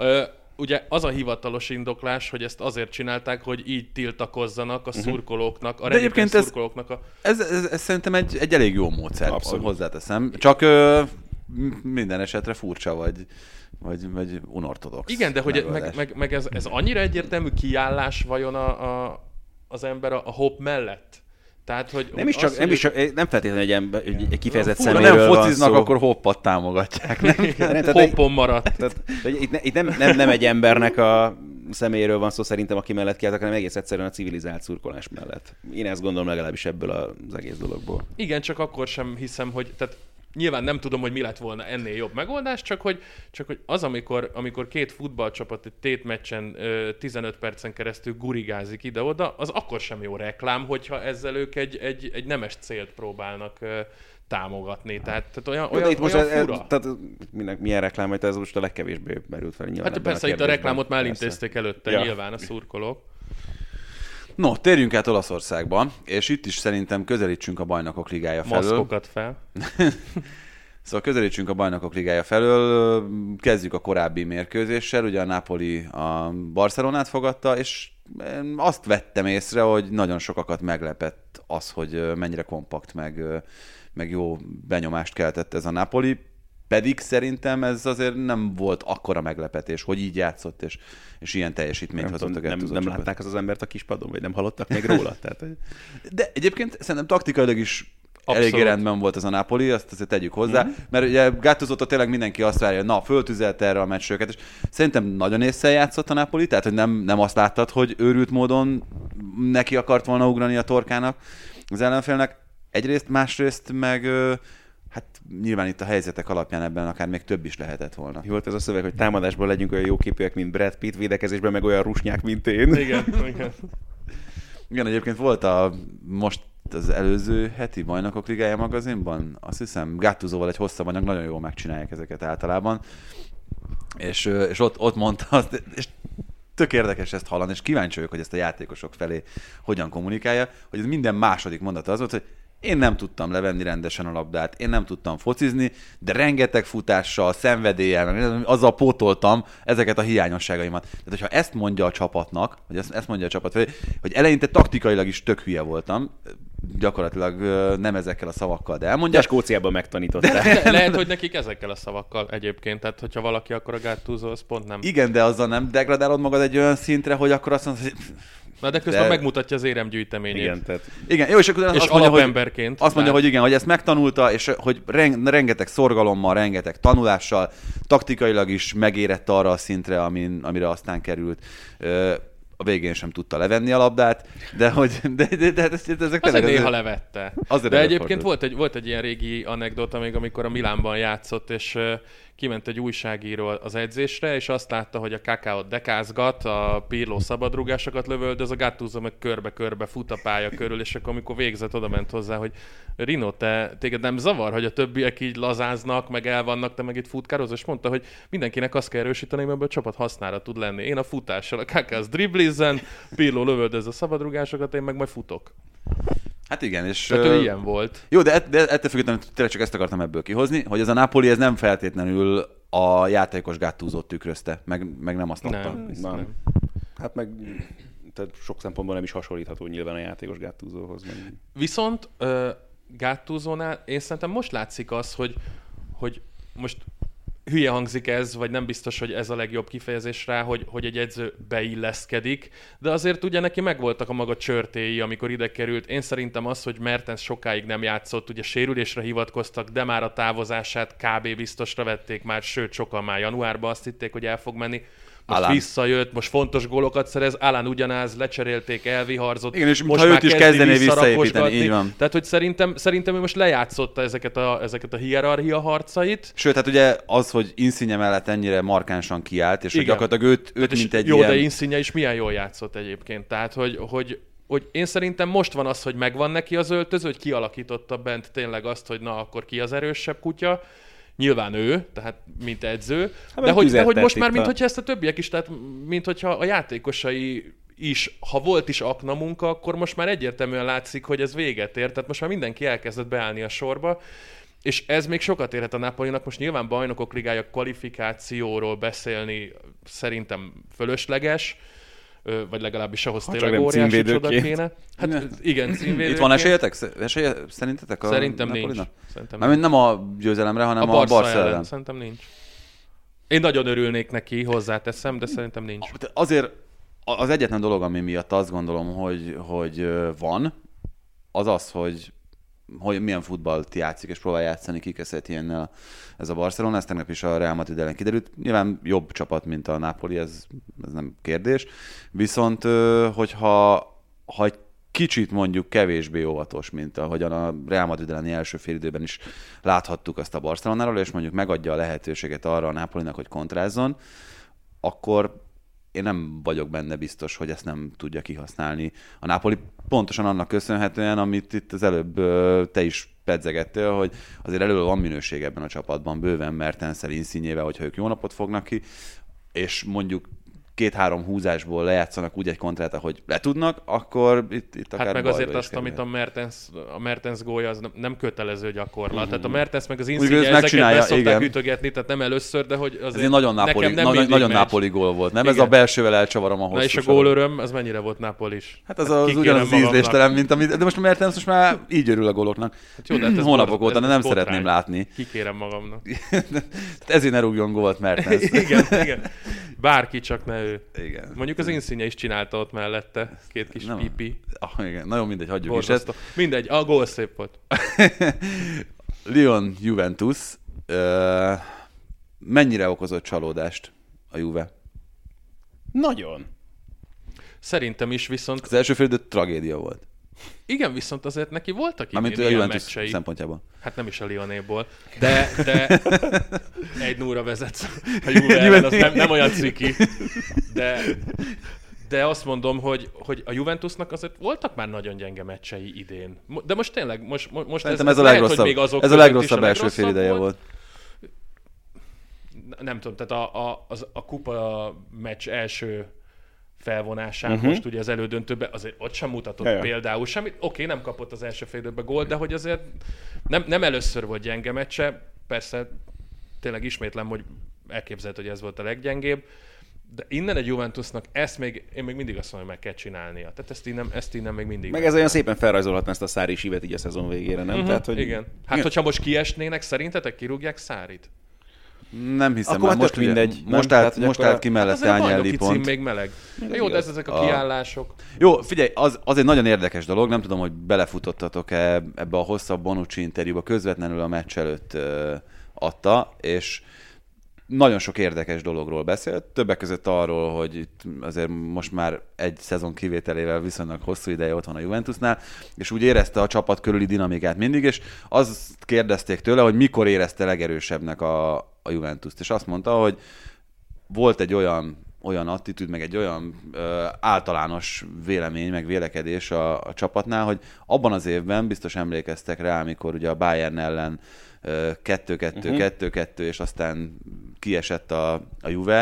Ugye az a hivatalos indoklás, hogy ezt azért csinálták, hogy így tiltakozzanak a szurkolóknak, a egyébként szurkolóknak. A... Ez, ez, ez, ez szerintem egy, egy elég jó módszer, abszolút hozzáteszem. Csak ö, minden esetre furcsa vagy, vagy, vagy unortodox. Igen, de hogy meg, meg, meg ez, ez annyira egyértelmű kiállás vajon a, a, az ember a, a hopp mellett? Tehát, hogy nem is csak, az, nem, is csak, nem feltétlenül egy, ember, egy kifejezett fú, szeméről nem fociznak, van szó. akkor hoppat támogatják. Hoppon maradt. Tehát, itt, itt nem, nem, nem egy embernek a személyéről van szó szerintem, aki mellett kiálltak, hanem egész egyszerűen a civilizált szurkolás mellett. Én ezt gondolom legalábbis ebből az egész dologból. Igen, csak akkor sem hiszem, hogy... Tehát nyilván nem tudom, hogy mi lett volna ennél jobb megoldás, csak hogy, csak hogy az, amikor, amikor két futballcsapat egy tétmeccsen tizenöt percen keresztül gurigázik ide-oda, az akkor sem jó reklám, hogyha ezzel ők egy, egy, egy nemes célt próbálnak ö, támogatni. Tehát, tehát olyan, olyan, itt most olyan ez, fura. Tehát milyen, milyen reklám, hogy ez most a legkevésbé merült fel nyilván. Hát persze, a itt a reklámot már intézték előtte ja. nyilván a szurkolók. No, térjünk át Olaszországba, és itt is szerintem közelítsünk a Bajnokok Ligája felől. Maszkokat fel. Szóval közelítsünk a Bajnokok Ligája felől, kezdjük a korábbi mérkőzéssel, ugye a Napoli a Barcelonát fogadta, és azt vettem észre, hogy nagyon sokakat meglepett az, hogy mennyire kompakt, meg, meg jó benyomást keltett ez a Napoli. Pedig szerintem ez azért nem volt akkora meglepetés, hogy így játszott, és, és ilyen teljesítményt hozott a Nem, nem látták az az embert a kispadon, vagy nem hallottak még róla? Tehát, hogy... De egyébként szerintem taktikailag is eléggé rendben volt ez a Napoli, azt azért tegyük hozzá, mm-hmm. mert ugye Gattuso-tól tényleg mindenki azt várja, hogy na, föltüzelte erre a meccsőket, és szerintem nagyon észre játszott a Napoli, tehát hogy nem, nem azt láttad, hogy őrült módon neki akart volna ugrani a torkának az ellenfélnek. Egyrészt, másrészt meg... Hát nyilván itt a helyzetek alapján ebben akár még több is lehetett volna. Jó volt ez a szöveg, hogy támadásban legyünk olyan jóképűek, mint Brad Pitt, védekezésben meg olyan rusnyák, mint én. Igen, igen. Igen, egyébként volt a most az előző heti Bajnokok Ligája magazinban, azt hiszem Gattusoval egy hosszabb anyag, nagyon jól megcsinálják ezeket általában, és, és ott, ott mondta azt, és tök érdekes ezt hallani, és kíváncsi vagyok, hogy ezt a játékosok felé hogyan kommunikálja, hogy ez minden második mondata az volt, hogy én nem tudtam levenni rendesen a labdát, én nem tudtam focizni, de rengeteg futással, szenvedéllyel, azzal pótoltam ezeket a hiányosságaimat. Tehát, hogyha ezt mondja a csapatnak, vagy ezt, ezt mondja a csapat felé, hogy eleinte taktikailag is tök hülye voltam, gyakorlatilag nem ezekkel a szavakkal, de elmondja. De Skóciában megtanították. De, de lehet, hogy nekik ezekkel a szavakkal egyébként, tehát hogyha valaki akkor a Gattuso, az pont nem. Igen, de azzal nem degradálod magad egy olyan szintre, hogy akkor azt mondod, hogy... Na de közben de... megmutatja az éremgyűjteményét. Igen, tehát... igen, jó, és akkor és azt mondja, hogy, azt mondja, bár... hogy igen, hogy ezt megtanulta, és hogy rengeteg szorgalommal, rengeteg tanulással, taktikailag is megérett arra a szintre, amin, amire aztán került. A végén sem tudta levenni a labdát, de hogy de, de, de, de ezek azért tényleg... néha azért, levette. Azért de egyébként volt egy, volt egy ilyen régi anekdota még, amikor a Milánban játszott, és uh, kiment egy újságíró az edzésre, és azt látta, hogy a Kakáot dekázgat, a Pirlo szabadrúgásokat lövöldöz, a Gattuso meg körbe-körbe fut a pálya körül, és akkor amikor végzett, oda ment hozzá, hogy Rino, te, téged nem zavar, hogy a többiek így lazáznak, meg el vannak, te meg itt futkározol, és mondta, hogy mindenkinek azt kell erősíteni, mert a csapat hasznára tud lenni. Én a futással, a Kaká az driblizgat, nézzen, Pirlo lövöldöz a szabadrugásokat, én meg majd futok. Hát igen, és... Tehát ő ilyen volt. Jó, de, de ettől függetlenül tényleg csak ezt akartam ebből kihozni, hogy ez a Napoli ez nem feltétlenül a játékos Gattusót tükrözte, meg, meg nem azt adta. Nem, nem. nem. Hát meg tehát sok szempontból nem is hasonlítható nyilván a játékos Gattusóhoz. Meg... Viszont uh, Gattusónál én szerintem most látszik az, hogy, hogy most hülye hangzik ez, vagy nem biztos, hogy ez a legjobb kifejezés rá, hogy, hogy egy edző beilleszkedik, de azért ugye neki megvoltak a maga csörtéi, amikor ide került. Én szerintem az, hogy Mertens sokáig nem játszott, ugye sérülésre hivatkoztak, de már a távozását kb. Biztosra vették már, sőt sokan már januárban azt hitték, hogy el fog menni. Most Alan. Visszajött, most fontos gólokat szerez, Alan ugyanaz, lecserélték, elviharzott. Igen, és most ha már őt is kezdi kezdené visszaépíteni, így van. Tehát, hogy szerintem, szerintem ő most lejátszotta ezeket a, ezeket a hierarchia harcait. Sőt, hát ugye az, hogy Insigne mellett ennyire markánsan kiállt, és Igen. hogy gyakorlatilag őt, őt mint egy jó, ilyen... de Insigne is milyen jól játszott egyébként. Tehát, hogy, hogy, hogy én szerintem most van az, hogy megvan neki az öltöző, hogy kialakította bent tényleg azt, hogy na, akkor ki az erősebb kutya. Nyilván ő, tehát mint edző, hát de, hogy, de hogy most itt már, a... minthogyha ezt a többiek is, tehát minthogyha a játékosai is, ha volt is akna munka, akkor most már egyértelműen látszik, hogy ez véget ért, tehát most már mindenki elkezdett beállni a sorba, és ez még sokat érhet a Napolinak. Most nyilván bajnokok ligája kvalifikációról beszélni szerintem fölösleges, vagy legalábbis ahhoz ha tényleg óriási csoda kéne. Hát ne. igen, címvédőként. Itt van esélyetek? Esélye szerintetek a Szerintem Napolinak? nincs. Szerintem Mármint nem a győzelemre, hanem a, a Barca Barca ellen. ellen. Szerintem nincs. Én nagyon örülnék neki, hozzáteszem, de szerintem nincs. Azért az egyetlen dolog, ami miatt azt gondolom, hogy, hogy van, az az, hogy hogy milyen futballt játszik, és próbál játszani Kikeszet ilyennel ez a Barcelona. Ez tegnap is a Real Madrid ellen kiderült. Nyilván jobb csapat, mint a Napoli, ez, ez nem kérdés. Viszont, hogyha ha egy kicsit mondjuk kevésbé óvatos, mint ahogyan a Real Madrid elleni első félidőben is láthattuk azt a Barcelonáról, és mondjuk megadja a lehetőséget arra a Napolinak, hogy kontrázzon, akkor én nem vagyok benne biztos, hogy ezt nem tudja kihasználni a Napoli. Pontosan annak köszönhetően, amit itt az előbb te is pedzegettél, hogy azért elő van minőség ebben a csapatban, bőven Mertenssel, Insignével, hogyha ők jó napot fognak ki, és mondjuk két-három húzásból lejátszanak úgy egy kontrát, ahogy le tudnak, akkor itt, itt akár hát meg azért azt, kerül. amit a Mertens, a Mertens gólja, az nem kötelező gyakorlat. Uh-huh. Tehát a Mertens meg az Úgy Insigne ezeket be szokták igen. ütögetni, tehát nem először, de hogy azért ez egy nagyon Napoli, nem na, nagyon megy. Napoli gól volt, nem? Igen. Ez a belsővel elcsavarom a hosszú Na és a soron. gólöröm, az mennyire volt Napolis? Hát az, az ugyanaz az ízléstelen, mint amit, de most a Mertens most már így örül a góloknak. Hát jó, de hát ez hónapok bor, óta, de nem szeretném látni. Kikérem magamnak. Ezért ne rúgjon gólt Mertens. igen, igen. Bárki, csak ne ő. Igen. Mondjuk az Insigne is csinálta ott mellette, két kis Nem. pipi. Ah, igen. Nagyon mindegy, hagyjuk Borzasztó. is ezt. Mindegy, a gól szép volt. Lyon Juventus. Uh, mennyire okozott csalódást a Juve? Nagyon. Szerintem is, viszont... Az első félidő tragédia volt. Igen, viszont azért neki voltak Mármint idén a ilyen Juventus meccsei. szempontjából. Hát nem is a Lyonéból. De, de egy nulla vezetsz a Juve ellen, az nem, nem olyan ciki. De, de azt mondom, hogy, hogy a Juventusnak azért voltak már nagyon gyenge meccsei idén. De most tényleg, most, most ez, ez, ez a lehet, legrosszabb, hogy még azok ez a között legrosszabb is a első legrosszabb félideje volt. volt. Nem tudom, tehát a, a, az, a kupa meccs első felvonásán uh-huh. most ugye az elődöntőben azért ott sem mutatott Jaja. például semmit. Oké, okay, nem kapott az első fél időben gólt, de hogy azért nem, nem először volt gyenge meccse. Persze tényleg ismétlem, hogy elképzelhető, hogy ez volt a leggyengébb. De innen egy Juventusnak ezt még, én még mindig azt mondom, hogy meg kell csinálnia. Tehát ezt innen, ezt innen még mindig. Meg ez olyan szépen felrajzolhatná ezt a Szári sívet így a szezon végére, nem? Uh-huh. Tehát, hogy... Igen. Hát, Igen. hogyha most kiesnének, szerintetek kirúgják Szárit? Nem hiszem, Akkor már most most, ugye, mindegy. most Nem? állt, Tehát, most akkor állt ki a- Hát mellette azért a Agnelli bajnoki cím pont. még meleg. Ez Jó, de igaz. ez ezek a A- kiállások. Jó, figyelj, az, az egy nagyon érdekes dolog, nem tudom, hogy belefutottatok-e ebbe a hosszabb Bonucci interjúba, közvetlenül a meccs előtt ö, adta, és nagyon sok érdekes dologról beszélt, többek között arról, hogy itt azért most már egy szezon kivételével viszonylag hosszú ideje ott van a Juventusnál, és úgy érezte a csapat körüli dinamikát mindig, és azt kérdezték tőle, hogy mikor érezte legerősebbnek a, a Juventust, és azt mondta, hogy volt egy olyan olyan attitűd, meg egy olyan ö, általános vélemény, meg vélekedés a, a csapatnál, hogy abban az évben biztos emlékeztek rá, amikor ugye a Bayern ellen kettő kettő, kettő kettő, és aztán kiesett a, a Juve.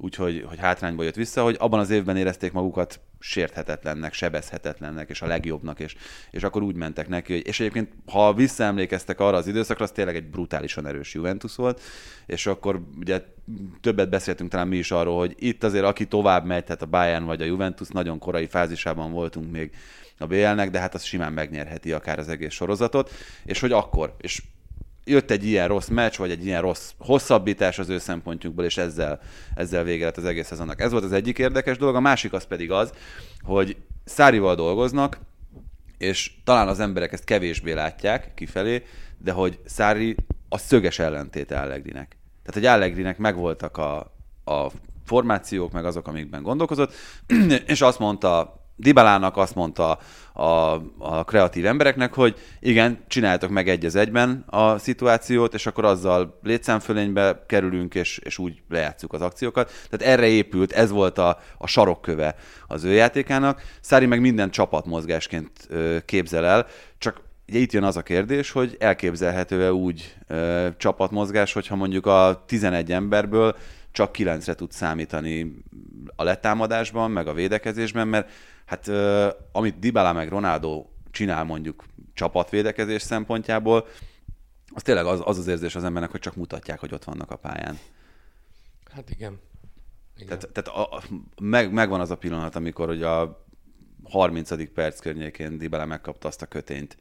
úgyhogy hogy hátrányba jött vissza, hogy abban az évben érezték magukat sérthetetlennek, sebezhetetlennek, és a legjobbnak, és, és akkor úgy mentek neki, hogy, és egyébként, ha visszaemlékeztek arra az időszakra, az tényleg egy brutálisan erős Juventus volt, és akkor ugye többet beszéltünk talán mi is arról, hogy itt azért aki tovább megy, tehát a Bayern vagy a Juventus, nagyon korai fázisában voltunk még a bé el-nek, de hát az simán megnyerheti akár az egész sorozatot, és hogy akkor, és jött egy ilyen rossz meccs, vagy egy ilyen rossz hosszabbítás az ő szempontjukból, és ezzel, ezzel vége lett az egész szezonnak. Ez volt az egyik érdekes dolog, a másik az pedig az, hogy Sarrival dolgoznak, és talán az emberek ezt kevésbé látják kifelé, de hogy Sarri a szöges ellentéte Allegrinek. Tehát, hogy Allegrinek megvoltak a, a formációk, meg azok, amikben gondolkozott, és azt mondta Dybalának, azt mondta a, a kreatív embereknek, hogy igen, csináljátok meg egy az egyben a szituációt, és akkor azzal létszámfölénybe kerülünk, és, és úgy lejátszuk az akciókat. Tehát erre épült, ez volt a, a sarokköve az ő játékának. Sarri meg minden csapatmozgásként ö, képzel el, csak ugye itt jön az a kérdés, hogy elképzelhető-e úgy ö, csapatmozgás, hogyha mondjuk a tizenegy emberből csak kilencre tud számítani a letámadásban, meg a védekezésben, mert hát uh, amit Dybala meg Ronaldo csinál mondjuk csapatvédekezés szempontjából, az tényleg az az, az érzés az embernek, hogy csak mutatják, hogy ott vannak a pályán. Hát igen. igen. Tehát, tehát a, a, meg, megvan az a pillanat, amikor hogy a harmincadik perc környékén Dybala megkapta azt a kötényt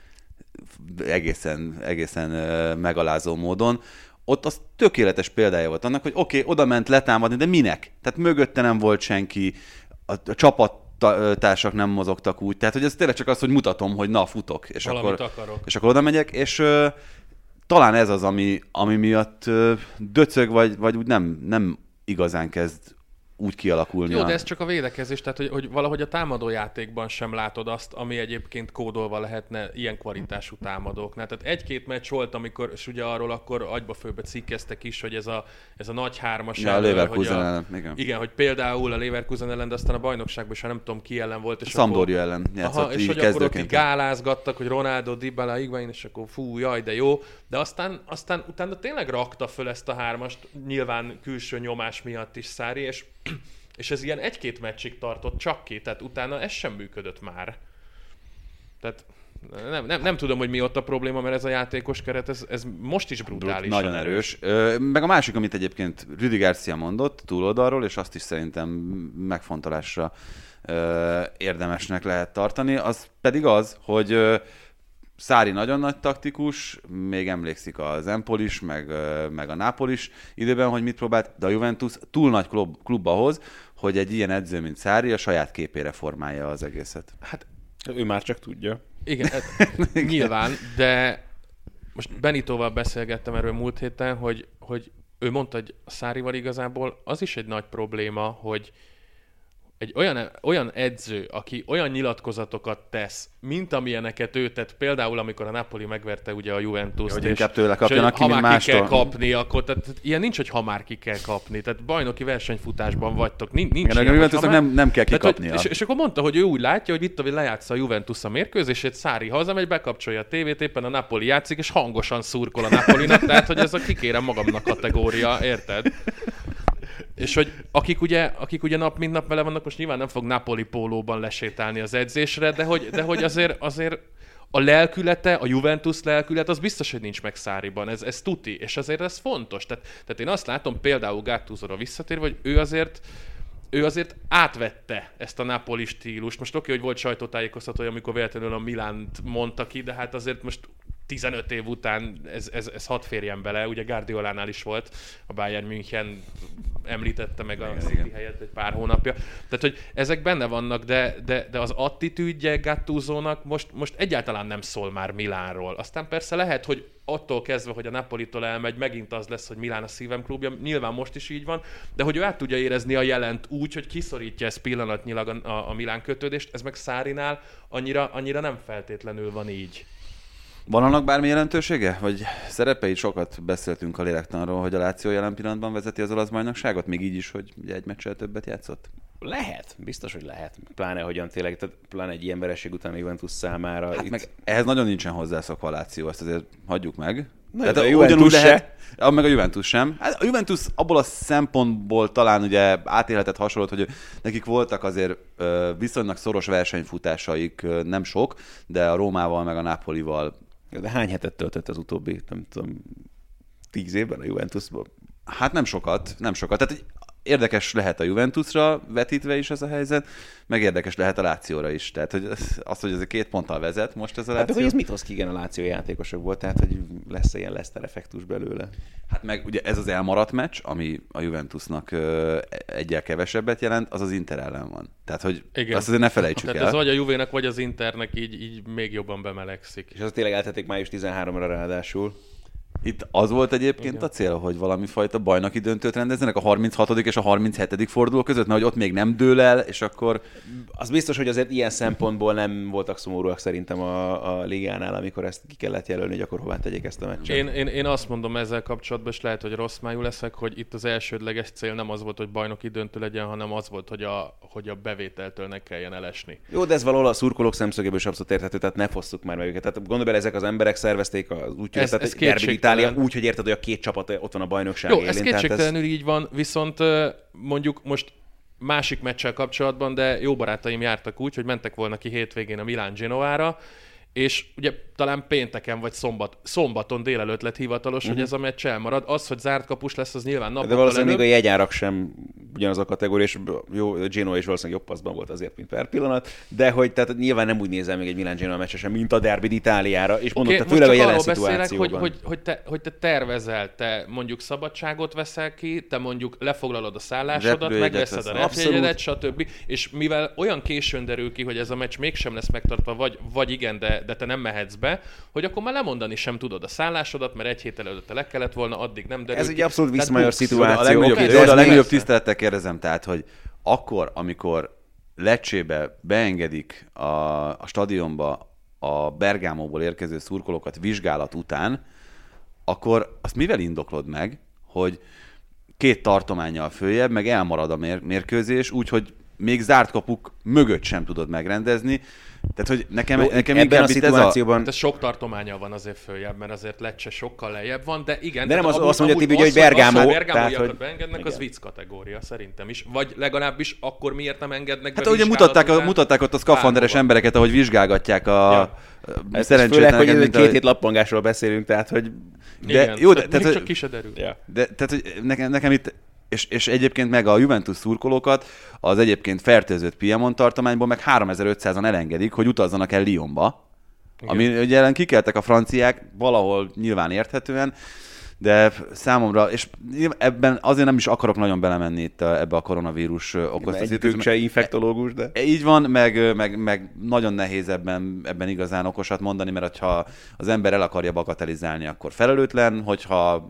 egészen, egészen uh, megalázó módon. Ott az tökéletes példája volt annak, hogy oké, okay, oda ment letámadni, de minek? Tehát mögötte nem volt senki, a, a csapattársak nem mozogtak úgy, tehát hogy ez tényleg csak az, hogy mutatom, hogy na, futok, és, akkor, akarok. és akkor oda megyek, és uh, talán ez az, ami, ami miatt uh, döcög, vagy, vagy úgy nem, nem igazán kezd úgy kialakulni. Jó, de ez csak a védekezés, tehát hogy, hogy valahogy a támadójátékban sem látod azt, ami egyébként kódolva lehetne ilyen kvalitású támadóknál. Tehát egy-két meccs volt, amikor, és ugye arról akkor agyba-főbe cikkeztek is, hogy ez a, ez a nagy hármas ja, ellen, a Leverkusen a, ellen, igen. Igen, hogy például a Leverkusen ellen, de aztán a bajnokságban is, ha nem tudom ki ellen volt. És Sampdoria ellen játszott, aha, és hogy akkor ott így gálázgattak, hogy Ronaldo, Dybala, Higuain, és akkor fú, jaj, de jó. De aztán, aztán utána tényleg rakta föl ezt a hármast, nyilván külső nyomás miatt is Sarri, és és ez ilyen egy-két meccsig tartott csak ki, tehát utána ez sem működött már. Tehát nem, nem, nem tudom, hogy mi ott a probléma, mert ez a játékos keret, ez, ez most is brutális. Nagyon erős. erős. Meg a másik, amit egyébként Rüdi Garcia mondott túloldalról, és azt is szerintem megfontolásra érdemesnek lehet tartani, az pedig az, hogy Sarri nagyon nagy taktikus, még emlékszik az Empoli is, meg, meg a Napoli is időben, hogy mit próbált, de a Juventus túl nagy klub, klub ahhoz, hogy egy ilyen edző, mint Sarri a saját képére formálja az egészet. Hát ő már csak tudja. Igen, hát, nyilván, de most Benitóval beszélgettem erről múlt héten, hogy, hogy ő mondta, hogy a Sarrival igazából az is egy nagy probléma, hogy egy olyan, olyan edző, aki olyan nyilatkozatokat tesz, mint amilyeneket ő tett, például amikor a Napoli megverte ugye a Juventus-t, hogy inkább tőle kapjanak ki, mint mástól. Ha már ki kell kapni, akkor tehát, tehát, ilyen nincs, hogy ha már ki kell kapni. Tehát bajnoki versenyfutásban vagytok. Nincs, nincs igen, ilyen, a Juventusnak már... nem, nem kell kikapnia. Tehát, és, és akkor mondta, hogy ő úgy látja, hogy itt a lejátsza a Juventus a mérkőzését, Sarri hazamegy, bekapcsolja a tévét, éppen a Napoli játszik, és hangosan szurkol a Napolinak, tehát hogy ez a kikérem magamnak kategória, érted? És hogy akik ugye, akik ugye nap mint nap vele vannak, most nyilván nem fog Napoli pólóban lesétálni az edzésre, de hogy, de hogy azért, azért a lelkülete, a Juventus lelkület, az biztos, hogy nincs meg Sarriban, ez, ez tuti, és azért ez fontos. Tehát, tehát én azt látom például Gattusóra visszatérve, hogy ő azért, ő azért átvette ezt a Napoli stílust. Most oké, hogy volt sajtótájékoztatója, amikor véletlenül a Milánt mondta ki, de hát azért most tizenöt év után ez, ez, ez hadd férjen bele, ugye Guardiolánál is volt, a Bayern München említette meg a igen, City igen. helyett egy pár hónapja. Tehát, hogy ezek benne vannak, de, de, de az attitűdje Gattusónak most, most egyáltalán nem szól már Milánról. Aztán persze lehet, hogy attól kezdve, hogy a Napolitól elmegy, megint az lesz, hogy Milán a szívem klubja, nyilván most is így van, de hogy ő át tudja érezni a jelent úgy, hogy kiszorítja ezt pillanatnyilag a, a, a Milán kötődést, ez meg Sarrinál annyira, annyira nem feltétlenül van így. Van annak bármi jelentősége? Vagy szerepei? Sokat beszéltünk a lélektanról, hogy a Lazio jelen pillanatban vezeti az olasz bajnokságot, még így is, hogy egy meccsel többet játszott? Lehet, biztos, hogy lehet. Pláne hogyan tényleg, tehát pláne egy ilyen vereség után Juventus számára. Hát itt... meg ehhez nagyon nincsen hozzászokva a Lazio, ezt azért hagyjuk meg. Na, Tehát a ugyanúgy lehet, meg a Juventus sem. Hát a Juventus abból a szempontból talán ugye átélhetett hasonlót, hogy nekik voltak azért viszonylag szoros versenyfutásaik, nem sok, de a Rómával meg a Napolival. De hány hetet töltött az utóbbi, nem tudom, tíz évben a Juventusban? Hát nem sokat, nem sokat. Tehát érdekes lehet a Juventusra vetítve is ez a helyzet, meg érdekes lehet a Lációra is. Tehát hogy az, hogy ez két ponttal vezet most ez a Láció. Hát hogy ez mit hoz ki igen a Láció játékosokból, tehát hogy lesz ilyen Leicester effektus belőle. Hát meg ugye ez az elmaradt meccs, ami a Juventusnak ö, egyel kevesebbet jelent, az az Inter ellen van. Tehát hogy igen. Azt azért ne felejtsük Tehát el. ez vagy a Juvénak, vagy az Internek így, így még jobban bemelegszik. És az tényleg eltették május tizenharmadikra ráadásul. Itt az volt egyébként igen. a cél, hogy valami fajta bajnoki döntőt rendezzenek a harminchatodik és a harminchetedik forduló között, mert hogy ott még nem dől el, és akkor... Az biztos, hogy azért ilyen szempontból nem voltak szomorúak szerintem a, a ligánál, amikor ezt ki kellett jelölni, hogy akkor hová tegyék ezt a meccset. Én, én, én azt mondom ezzel kapcsolatban, és lehet, hogy rossz májú leszek, hogy itt az elsődleges cél nem az volt, hogy bajnoki döntő legyen, hanem az volt, hogy a, hogy a bevételtől ne kelljen elesni. Jó, de ez valahol a szurkolók szemszögéből is abszolút érthető, tehát ne fosszuk már meg őket. Tehát gondolj bele, ezek az emberek szervezték az útját, tehát Derby Itália úgy, hogy érted, hogy a két csapat ott van a bajnokság Jó, élén. ez kétségtelenül ez... így van, viszont mondjuk most másik meccsel kapcsolatban, de jó barátaim jártak úgy, hogy mentek volna ki hétvégén a Milán Genoára, és ugye talán pénteken vagy szombat, szombaton délelőtt lett hivatalos, uh-huh. hogy ez a meccs elmarad. Az, hogy zárt kapus lesz, az nyilván napokkal de valószínűleg előbb. még a jegyárak sem ugyanaz a kategória, és jó, Genoa is valószínűleg jobb paszban volt azért, mint per pillanat, de hogy tehát nyilván nem úgy nézel még egy Milán Genoa meccsre sem, mint a Derby d'Italiára, és mondom, okay, te főleg a jelen szituációban. Hogy, hogy, hogy, te, hogy te tervezel, te mondjuk szabadságot veszel ki, te mondjuk lefoglalod a szállásodat, megveszed a repjegyedet, stb. És mivel olyan későn derül ki, hogy ez a meccs mégsem lesz megtartva, vagy, vagy igen, de, de te nem mehetsz be, hogy akkor már lemondani sem tudod a szállásodat, mert egy héttel előtte le kellett volna, addig nem derül. Ez egy abszolút viszmajor szituáció. A legnagyobb, okay, de a legnagyobb tisztelettel kérdezem, tehát, hogy akkor, amikor Lecce-be beengedik a, a stadionba a Bergámóból érkező szurkolókat vizsgálat után, akkor azt mivel indoklod meg, hogy két tartománnyal följebb, meg elmarad a mér- mérkőzés, úgyhogy még zárt kapuk mögött sem tudod megrendezni. Tehát, hogy nekem, Jó, nekem ebben a szituációban... Ez, a... ez sok tartományal van azért följebb, mert azért Lecce sokkal lejjebb van, de igen... De nem az, amúgy, azt mondja Tibi, hogy Bergámó... Bergámó... Az, hogy Bergámóiakat hogy... beengednek, az vicc kategória szerintem is. Vagy legalábbis akkor miért nem engednek hát be ugye mutatták, a, mutatták ott a szkafanderes embereket, ahogy vizsgálgatják a ja. szerencsétleneket. Főleg, hogy két hét lappangásról beszélünk, tehát, hogy... De, igen, jó, de, tehát, még csak ki se derül. Ja. De, tehát, hogy nekem, nekem itt... És, és egyébként meg a Juventus szurkolókat az egyébként fertőzött Piemont tartományból meg háromezer-ötszázan elengedik, hogy utazzanak el Lyonba. Igen. Ami ugye ellen kikeltek a franciák, valahol nyilván érthetően, de számomra, és ebben azért nem is akarok nagyon belemenni itt a, ebbe a koronavírus okozta szituációba. Se infektológus, de... Így van, meg, meg, meg nagyon nehéz ebben, ebben igazán okosat mondani, mert ha az ember el akarja bagatelizálni, akkor felelőtlen, hogyha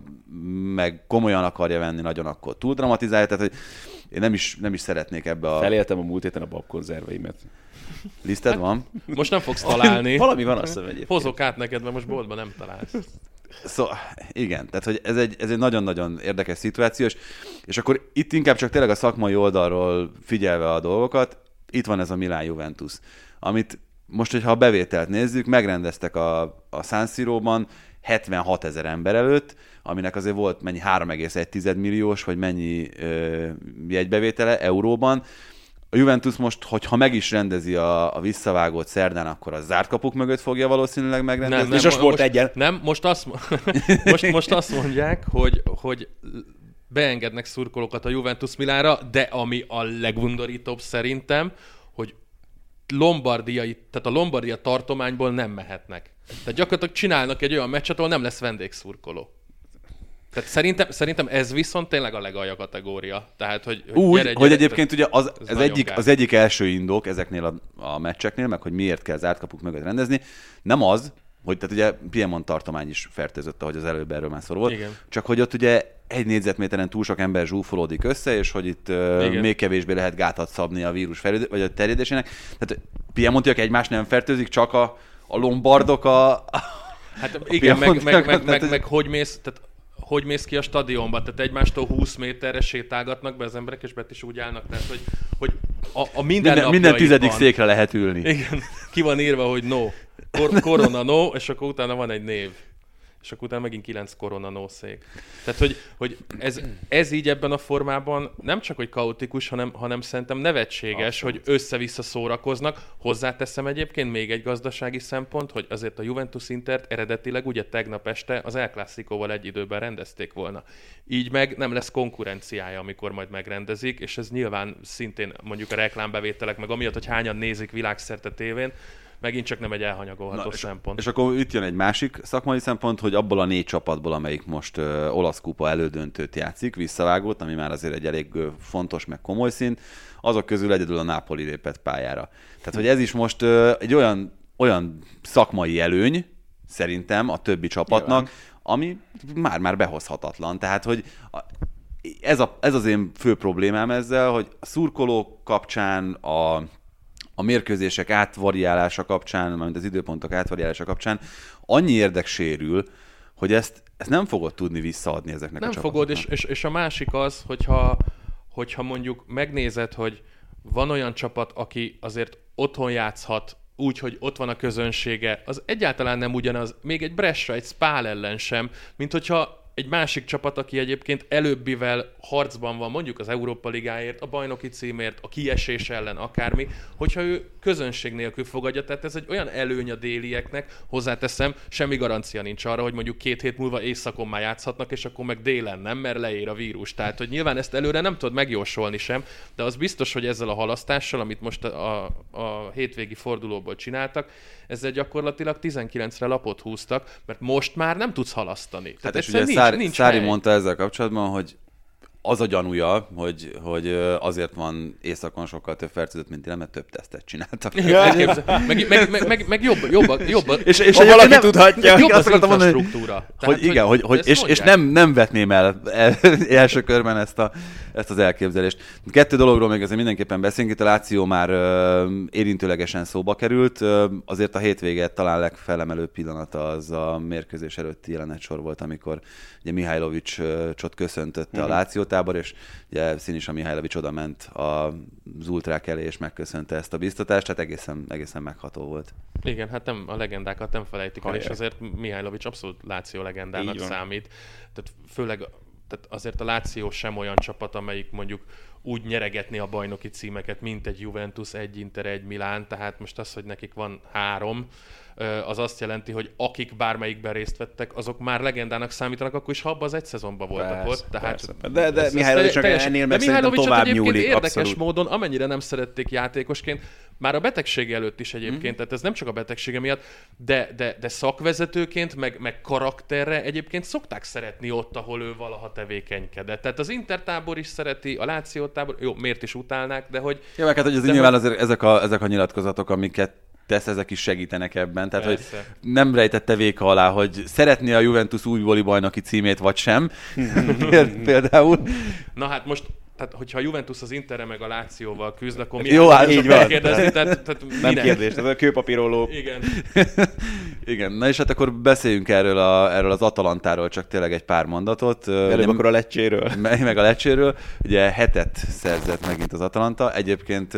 meg komolyan akarja venni nagyon, akkor túl dramatizálja, tehát hogy én nem is, nem is szeretnék ebbe a... Feléltem a múlt héten a babkonzerveimet. Liszted van? Most nem fogsz találni. Valami van, azt hiszem egyébként. Hozok át neked, mert most boltban nem találsz. Szóval igen, tehát hogy ez egy, ez egy nagyon-nagyon érdekes szituáció, és, és akkor itt inkább csak tényleg a szakmai oldalról figyelve a dolgokat, itt van ez a Milán Juventus, amit most, hogyha a bevételt nézzük, megrendeztek a, a San Siróban hetvenhat ezer ember előtt, aminek azért volt mennyi három egész egy milliós, vagy mennyi ö, jegybevétele euróban. A Juventus most, hogyha meg is rendezi a, a visszavágót szerdán, akkor a zárt kapuk mögött fogja valószínűleg megrendezni. Nem, nem, és a Sport most, egyen. Nem, most azt, most, most azt mondják, hogy, hogy beengednek szurkolókat a Juventus Milánra, de ami a legundorítóbb szerintem, hogy Lombardiai, tehát a Lombardia tartományból nem mehetnek. Tehát gyakorlatilag csinálnak egy olyan meccset, ahol nem lesz vendégszurkoló. Tehát szerintem, szerintem ez viszont tényleg a legalja kategória. Tehát, hogy, hogy úgy, gyere, hogy gyere, egyébként ugye az, ez az, egyik, az egyik első indok ezeknél a, a meccseknél, meg hogy miért kell zárt kapuk mögött rendezni, nem az, hogy tehát ugye Piemont tartomány is fertőzött, ahogy az előbb erről már szó volt, igen. Csak hogy ott ugye egy négyzetméteren túl sok ember zsúfolódik össze, és hogy itt uh, még kevésbé lehet gátat szabni a vírus fejlődő, vagy a terjedésének. Tehát Piemontiak egymást nem fertőzik, csak a, a lombardok a... a hát igen, meg, meg, meg, meg, meg hogy mész, tehát hogy mész ki a stadionba, tehát egymástól húsz méterre sétálgatnak be az emberek, és bet is úgy állnak, tehát hogy, hogy a, a minden, minden, minden tizedik székre lehet ülni. Igen, ki van írva, hogy no, Kor- korona no, és akkor utána van egy név. és akkor utána megint kilenc korona nószék. Tehát, hogy, hogy ez, ez így ebben a formában nem csak, hogy kaotikus, hanem, hanem szerintem nevetséges, abszolút. Hogy össze-vissza szórakoznak. Hozzáteszem egyébként még egy gazdasági szempont, hogy azért a Juventus Intert eredetileg ugye tegnap este az El Clasicóval egy időben rendezték volna. Így meg nem lesz konkurenciája, amikor majd megrendezik, és ez nyilván szintén mondjuk a reklámbevételek, meg amiatt, hogy hányan nézik világszerte tévén, megint csak nem egy elhanyagolható Na, szempont. És, és akkor itt jön egy másik szakmai szempont, hogy abból a négy csapatból, amelyik most uh, olasz kupa elődöntőt játszik, visszavágót, ami már azért egy elég uh, fontos, meg komoly szint, azok közül egyedül a Napoli lépett pályára. Tehát, hogy ez is most uh, egy olyan, olyan szakmai előny, szerintem a többi csapatnak, Jön. ami már-már behozhatatlan. Tehát, hogy a, ez, a, ez az én fő problémám ezzel, hogy a szurkolók kapcsán, a a mérkőzések átvariálása kapcsán, mármint az időpontok átvariálása kapcsán annyi érdek sérül, hogy ezt, ezt nem fogod tudni visszaadni ezeknek nem a csapatoknak. Nem fogod, és, és, és a másik az, hogyha, hogyha mondjuk megnézed, hogy van olyan csapat, aki azért otthon játszhat úgy, hogy ott van a közönsége, az egyáltalán nem ugyanaz, még egy Brescia, egy Spal ellen sem, mint hogyha egy másik csapat, aki egyébként előbbivel harcban van, mondjuk az Európa Ligáért, a bajnoki címért, a kiesés ellen, akármi, hogyha ő közönség nélkül fogadja, tehát ez egy olyan előny a délieknek, hozzáteszem, semmi garancia nincs arra, hogy mondjuk két hét múlva éjszakon már játszhatnak, és akkor meg délen nem, mert leér a vírus. Tehát, hogy nyilván ezt előre nem tudod megjósolni sem, de az biztos, hogy ezzel a halasztással, amit most a, a, a hétvégi fordulóból csináltak, ezzel gyakorlatilag tizenkilencre lapot húztak, mert most már nem tudsz halasztani. Tehát és ugye nincs, Szári, nincs Szári mondta ezzel kapcsolatban, hogy az a gyanúja, hogy, hogy azért van éjszakon sokkal több fertőzött, mint én, mert több tesztet csináltak. meg, meg, meg, meg, meg jobb, jobb, jobb, és, és ha valaki nem, tudhatja. Jobb az infrastruktúra. Hogy, hogy igen, hogy, hogy, és, és nem, nem vetném el, el első körben ezt, a, ezt az elképzelést. Kettő dologról még azért mindenképpen beszélünk. Itt a Láció már uh, érintőlegesen szóba került. Uh, azért a hétvége talán legfelemelőbb pillanata az a mérkőzés előtti jelenetsor volt, amikor ugye Mihajlović-ot köszöntötte uh-huh. a Láció tábor, és ugye Sinisa Mihajlović oda ment az ultrák elé, és megköszönte ezt a biztatást, tehát egészen, egészen megható volt. Igen, hát nem, a legendákat nem felejtik el, és azért Mihajlović abszolút Láció legendának számít. Tehát főleg tehát azért a Láció sem olyan csapat, amelyik mondjuk úgy nyeregetni a bajnoki címeket, mint egy Juventus, egy Inter, egy Milán, tehát most az, hogy nekik van három, az azt jelenti, hogy akik bármelyikben részt vettek, azok már legendának számítanak, akkor is ha abban az egy szezonban voltak persze, ott. Tehát de de Mihajlović ennél meg szerintem tovább nyúlik. Érdekes abszolút. módon, amennyire nem szerették játékosként, már a betegség előtt is egyébként, mm. tehát ez nem csak a betegsége miatt, de, de, de szakvezetőként, meg, meg karakterre egyébként szokták szeretni ott, ahol ő valaha tevékenykedett. Tehát az Inter tábor is szereti, a Láció tábor, jó, miért is utálnák, de hogy... Jó, meg hát, hogy ez nyilván azért ezek a, ezek a nyilatkozatok, amiket tesz, ezek is segítenek ebben. Tehát, persze. Hogy nem rejtette véka alá, hogy szeretné a Juventus újbóli bajnoki címét, vagy sem. Például. Na hát most, tehát, hogyha a Juventus az Interre meg a Lációval küzd, akkor mi jó, hát így van. Kérdezni, tehát, tehát nem kérdés, ez a kőpapíroló. Igen. Igen, na és hát akkor beszéljünk erről, a, erről az Atalantáról csak tényleg egy pár mondatot. Előbb akkor a Lecceről. Meg a Lecceről. Ugye hetet szerzett megint az Atalanta. Egyébként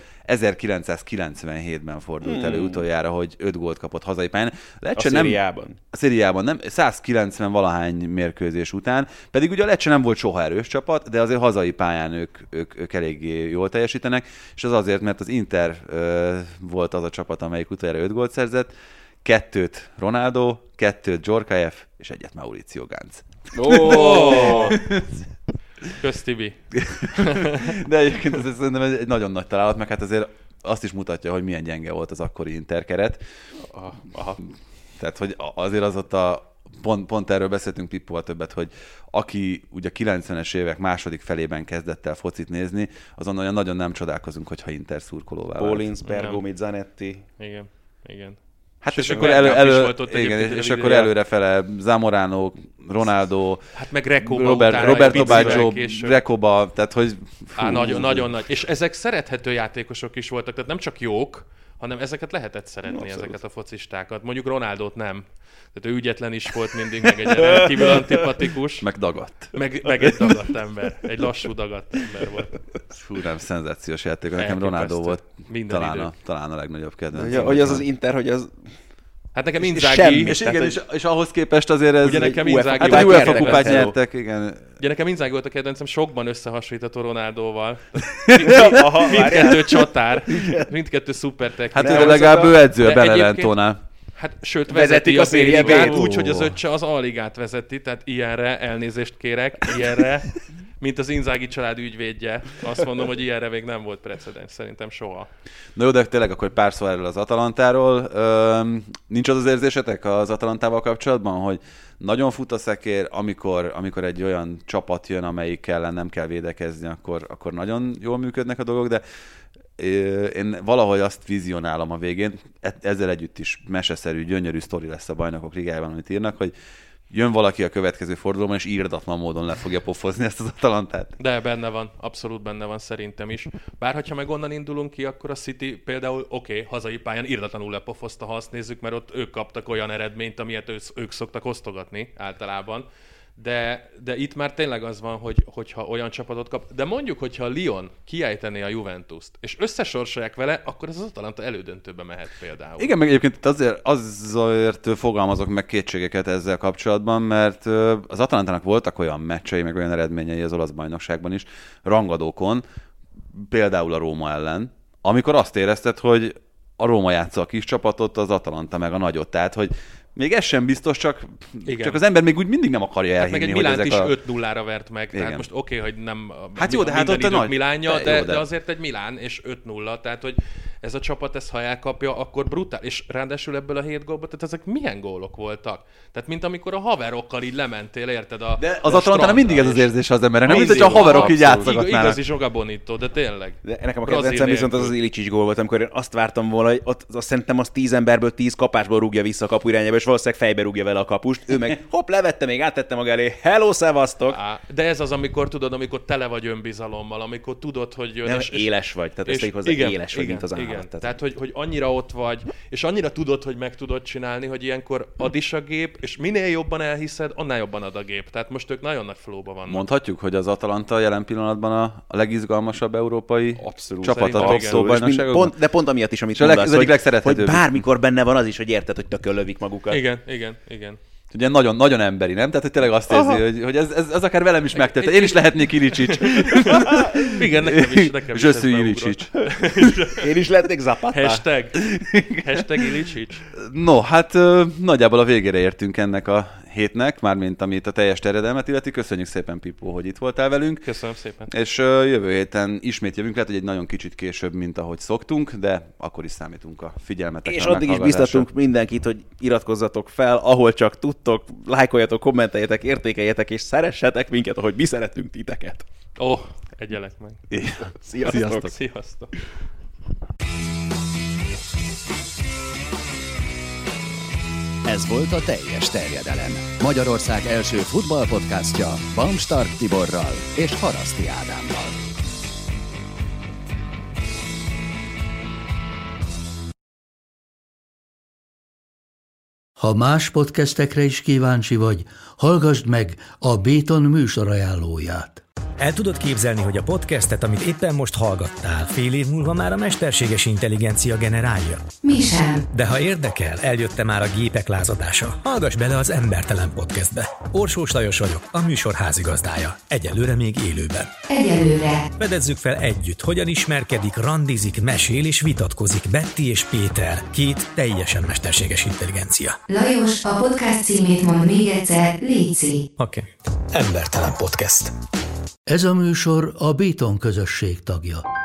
ezerkilencszázkilencvenhétben fordult hmm. elő utoljára, hogy öt gólt kapott hazai pályán. Lecce a szériában. Nem, a szériában nem, százkilencven valahány mérkőzés után, pedig ugye a Lecce nem volt soha erős csapat, de azért hazai pályán ők, ők, ők eléggé jól teljesítenek, és az azért, mert az Inter ö, volt az a csapat, amelyik utoljára öt gólt szerzett, kettőt Ronaldo, kettőt Djorkaeff, és egyet Mauricio Ganz. Oh! Kösz, Tibi. De egyébként ez szerintem egy nagyon nagy találat, meg hát azért azt is mutatja, hogy milyen gyenge volt az akkori Inter keret. Aha. Tehát, hogy azért az ott a pont, pont erről beszéltünk Pippóval többet, hogy aki ugye a kilencvenes évek második felében kezdett el focit nézni, azon olyan nagyon nem csodálkozunk, hogyha Inter szurkolóvá vált. Paulins, Bergomi, Zanetti. Igen, igen. Hát és, és akkor, elő, elő, igen, és, és akkor előrefele Zamorano, Ronaldo, hát meg Recoba Robert, Roberto Baggio, Recoba, tehát hogy... Á, nagyon, nagyon nagy. És ezek szerethető játékosok is voltak, tehát nem csak jók, hanem ezeket lehetett szeretni, abszolút. Ezeket a focistákat. Mondjuk Ronaldót nem. Tehát ő ügyetlen is volt mindig, meg egy rendkívül antipatikus. Meg dagadt. Meg, meg egy dagadt ember. Egy lassú dagadt ember volt. Fú, nem, szenzációs játék. Nekem Ronaldo volt talán a, talán a legnagyobb kedvenc. Hogy, hogy az az Inter, hogy az Hát nekem És Inzaghi... semmi. És igen, Tehát, és, és ahhoz képest azért ez... Ugye nekem egy UEFA Inzaghi hát volt egy a UEFA kedvencem. kupát nyertek, igen. Ugye nekem Inzaghi volt a kedvencem, sokban összehasonlítható Ronaldóval. Aha, Mindkettő csatár, mindkettő szuper technika. Hát ő legalább ő edző a De Beneventónál. Hát sőt, Vezetik vezeti a a Serie B-ligát, B-t. úgy, hogy az öccse az A-ligát vezeti, tehát ilyenre elnézést kérek, ilyenre, mint az Inzaghi család ügyvédje. Azt mondom, hogy ilyenre még nem volt precedens, szerintem soha. Na jó, de tényleg akkor pár szó erről az Atalantáról. Üm, nincs az az érzésetek az Atalantával kapcsolatban, hogy nagyon fut a szekér, amikor, amikor egy olyan csapat jön, amelyik ellen nem kell védekezni, akkor, akkor nagyon jól működnek a dolgok, de én valahogy azt vizionálom a végén, ezzel együtt is meseszerű, gyönyörű sztori lesz a Bajnokok Ligájában, amit írnak, hogy jön valaki a következő fordulóban, és írdatlan módon le fogja pofozni ezt az Atalantát. De benne van, abszolút benne van szerintem is. Bár ha meg onnan indulunk ki, akkor a City például oké, okay, hazai pályán írdatlanul lepofozta, ha azt nézzük, mert ott ők kaptak olyan eredményt, amilyet ők, ők szoktak osztogatni általában. De, de itt már tényleg az van, hogy, hogyha olyan csapatot kap. De mondjuk, hogyha a Lyon kiejtené a Juventust, és összesorsolják vele, akkor az Atalanta elődöntőbe mehet például. Igen, meg egyébként azért, azért fogalmazok meg kétségeket ezzel kapcsolatban, mert az Atalantának voltak olyan meccsei, meg olyan eredményei az olasz bajnokságban is, rangadókon, például a Róma ellen, amikor azt érezted, hogy a Róma játsza a kis csapatot, az Atalanta meg a nagyot. Tehát, hogy még ez sem biztos, csak, csak az ember még úgy mindig nem akarja elhinni, hát meg egy hogy Milánt ezek is a... öt nullára vert meg, Igen. tehát most oké, okay, hogy nem hát jó, de hát ott a nagy... Milánja, de, de, jó, de... de azért egy Milán és öt nulla, tehát hogy ez a csapat ezt ha elkapja, akkor brutál, és ráadásul ebből a hét gólból, tehát ezek milyen gólok voltak? Tehát mint amikor a haverokkal így lementél, érted a De az Atalantán mindig ez az érzés az embernek, nem mint hogy a haverok így játszogatnának. Igazi Zsoga Bonito, de tényleg. De nekem a kedvencem viszont az az Ilicic gól volt, amikor én azt vártam volna, hogy ott azt szerintem az tíz emberből tíz kapásból rúgja vissza a kapu irányába, és valószínűleg fejbe rúgja vele a kapust. Ő meg hopp, levette, még áttette maga elé. Hello, szevasztok! De ez az, amikor tudod, amikor tele vagy önbizalommal, amikor tudod, hogy jön. Nem, és, éles vagy, tehát ezt hozzá, igen, éles vagy, mint az állat. Igen. Tehát, tehát hogy, hogy annyira ott vagy, és annyira tudod, hogy meg tudod csinálni, hogy ilyenkor ad is a gép, és minél jobban elhiszed, annál jobban ad a gép. Tehát most ők nagyon nagy flowban vannak. Mondhatjuk, hogy az Atalanta jelen pillanatban a, a legizgalmasabb európai abszolút, csapat a top szó bajnokságokban. Pont, de pont amiatt is, amit mondasz, mondasz, hogy, hogy, hogy bármikor benne van az is, hogy érted, hogy tökön lövik magukat. Igen, igen, igen. Ugye nagyon, nagyon emberi, nem? Tehát, hogy tényleg azt érzi, hogy, hogy ez, ez, ez akár velem is megtette. Én is lehetnék Ilicic. Igen, nekem is, nekem is. Zsösszű Ilicic. Én is lehetnék Zapata. Hashtag. Hashtag Ilicic. No, hát nagyjából a végére értünk ennek a hétnek, mármint amit a teljes terjedelmet illeti. Köszönjük szépen, Pipó, hogy itt voltál velünk. Köszönöm szépen. És jövő héten ismét jövünk, lehet, hogy egy nagyon kicsit később, mint ahogy szoktunk, de akkor is számítunk a figyelmetekre. És addig is biztatunk mindenkit, hogy iratkozzatok fel, ahol csak tudtok, lájkoljatok, kommenteljetek, értékeljetek, és szeressetek minket, ahogy mi szeretünk titeket. Ó, oh, egyelek meg. Sziasztok! Sziasztok! Sziasztok. Ez volt a teljes terjedelem. Magyarország első futballpodcastja Bamstark Tiborral és Haraszti Ádámmal. Ha más podcastekre is kíváncsi vagy, hallgassd meg a Béton műsor ajánlóját. El tudod képzelni, hogy a podcastet, amit éppen most hallgattál, fél év múlva már a mesterséges intelligencia generálja? Mi sem. De ha érdekel, eljött már a gépek lázadása. Hallgass bele az Embertelen podcastbe. Orsós Lajos vagyok, a műsor házigazdája. Egyelőre még élőben. Egyelőre. Fedezzük fel együtt, hogyan ismerkedik, randizik, mesél és vitatkozik Betty és Péter, két teljesen mesterséges intelligencia. Lajos, a podcast címét mond még egyszer, léci. Oké. Okay. Embertelen podcast. Ez a műsor a Béton közösség tagja.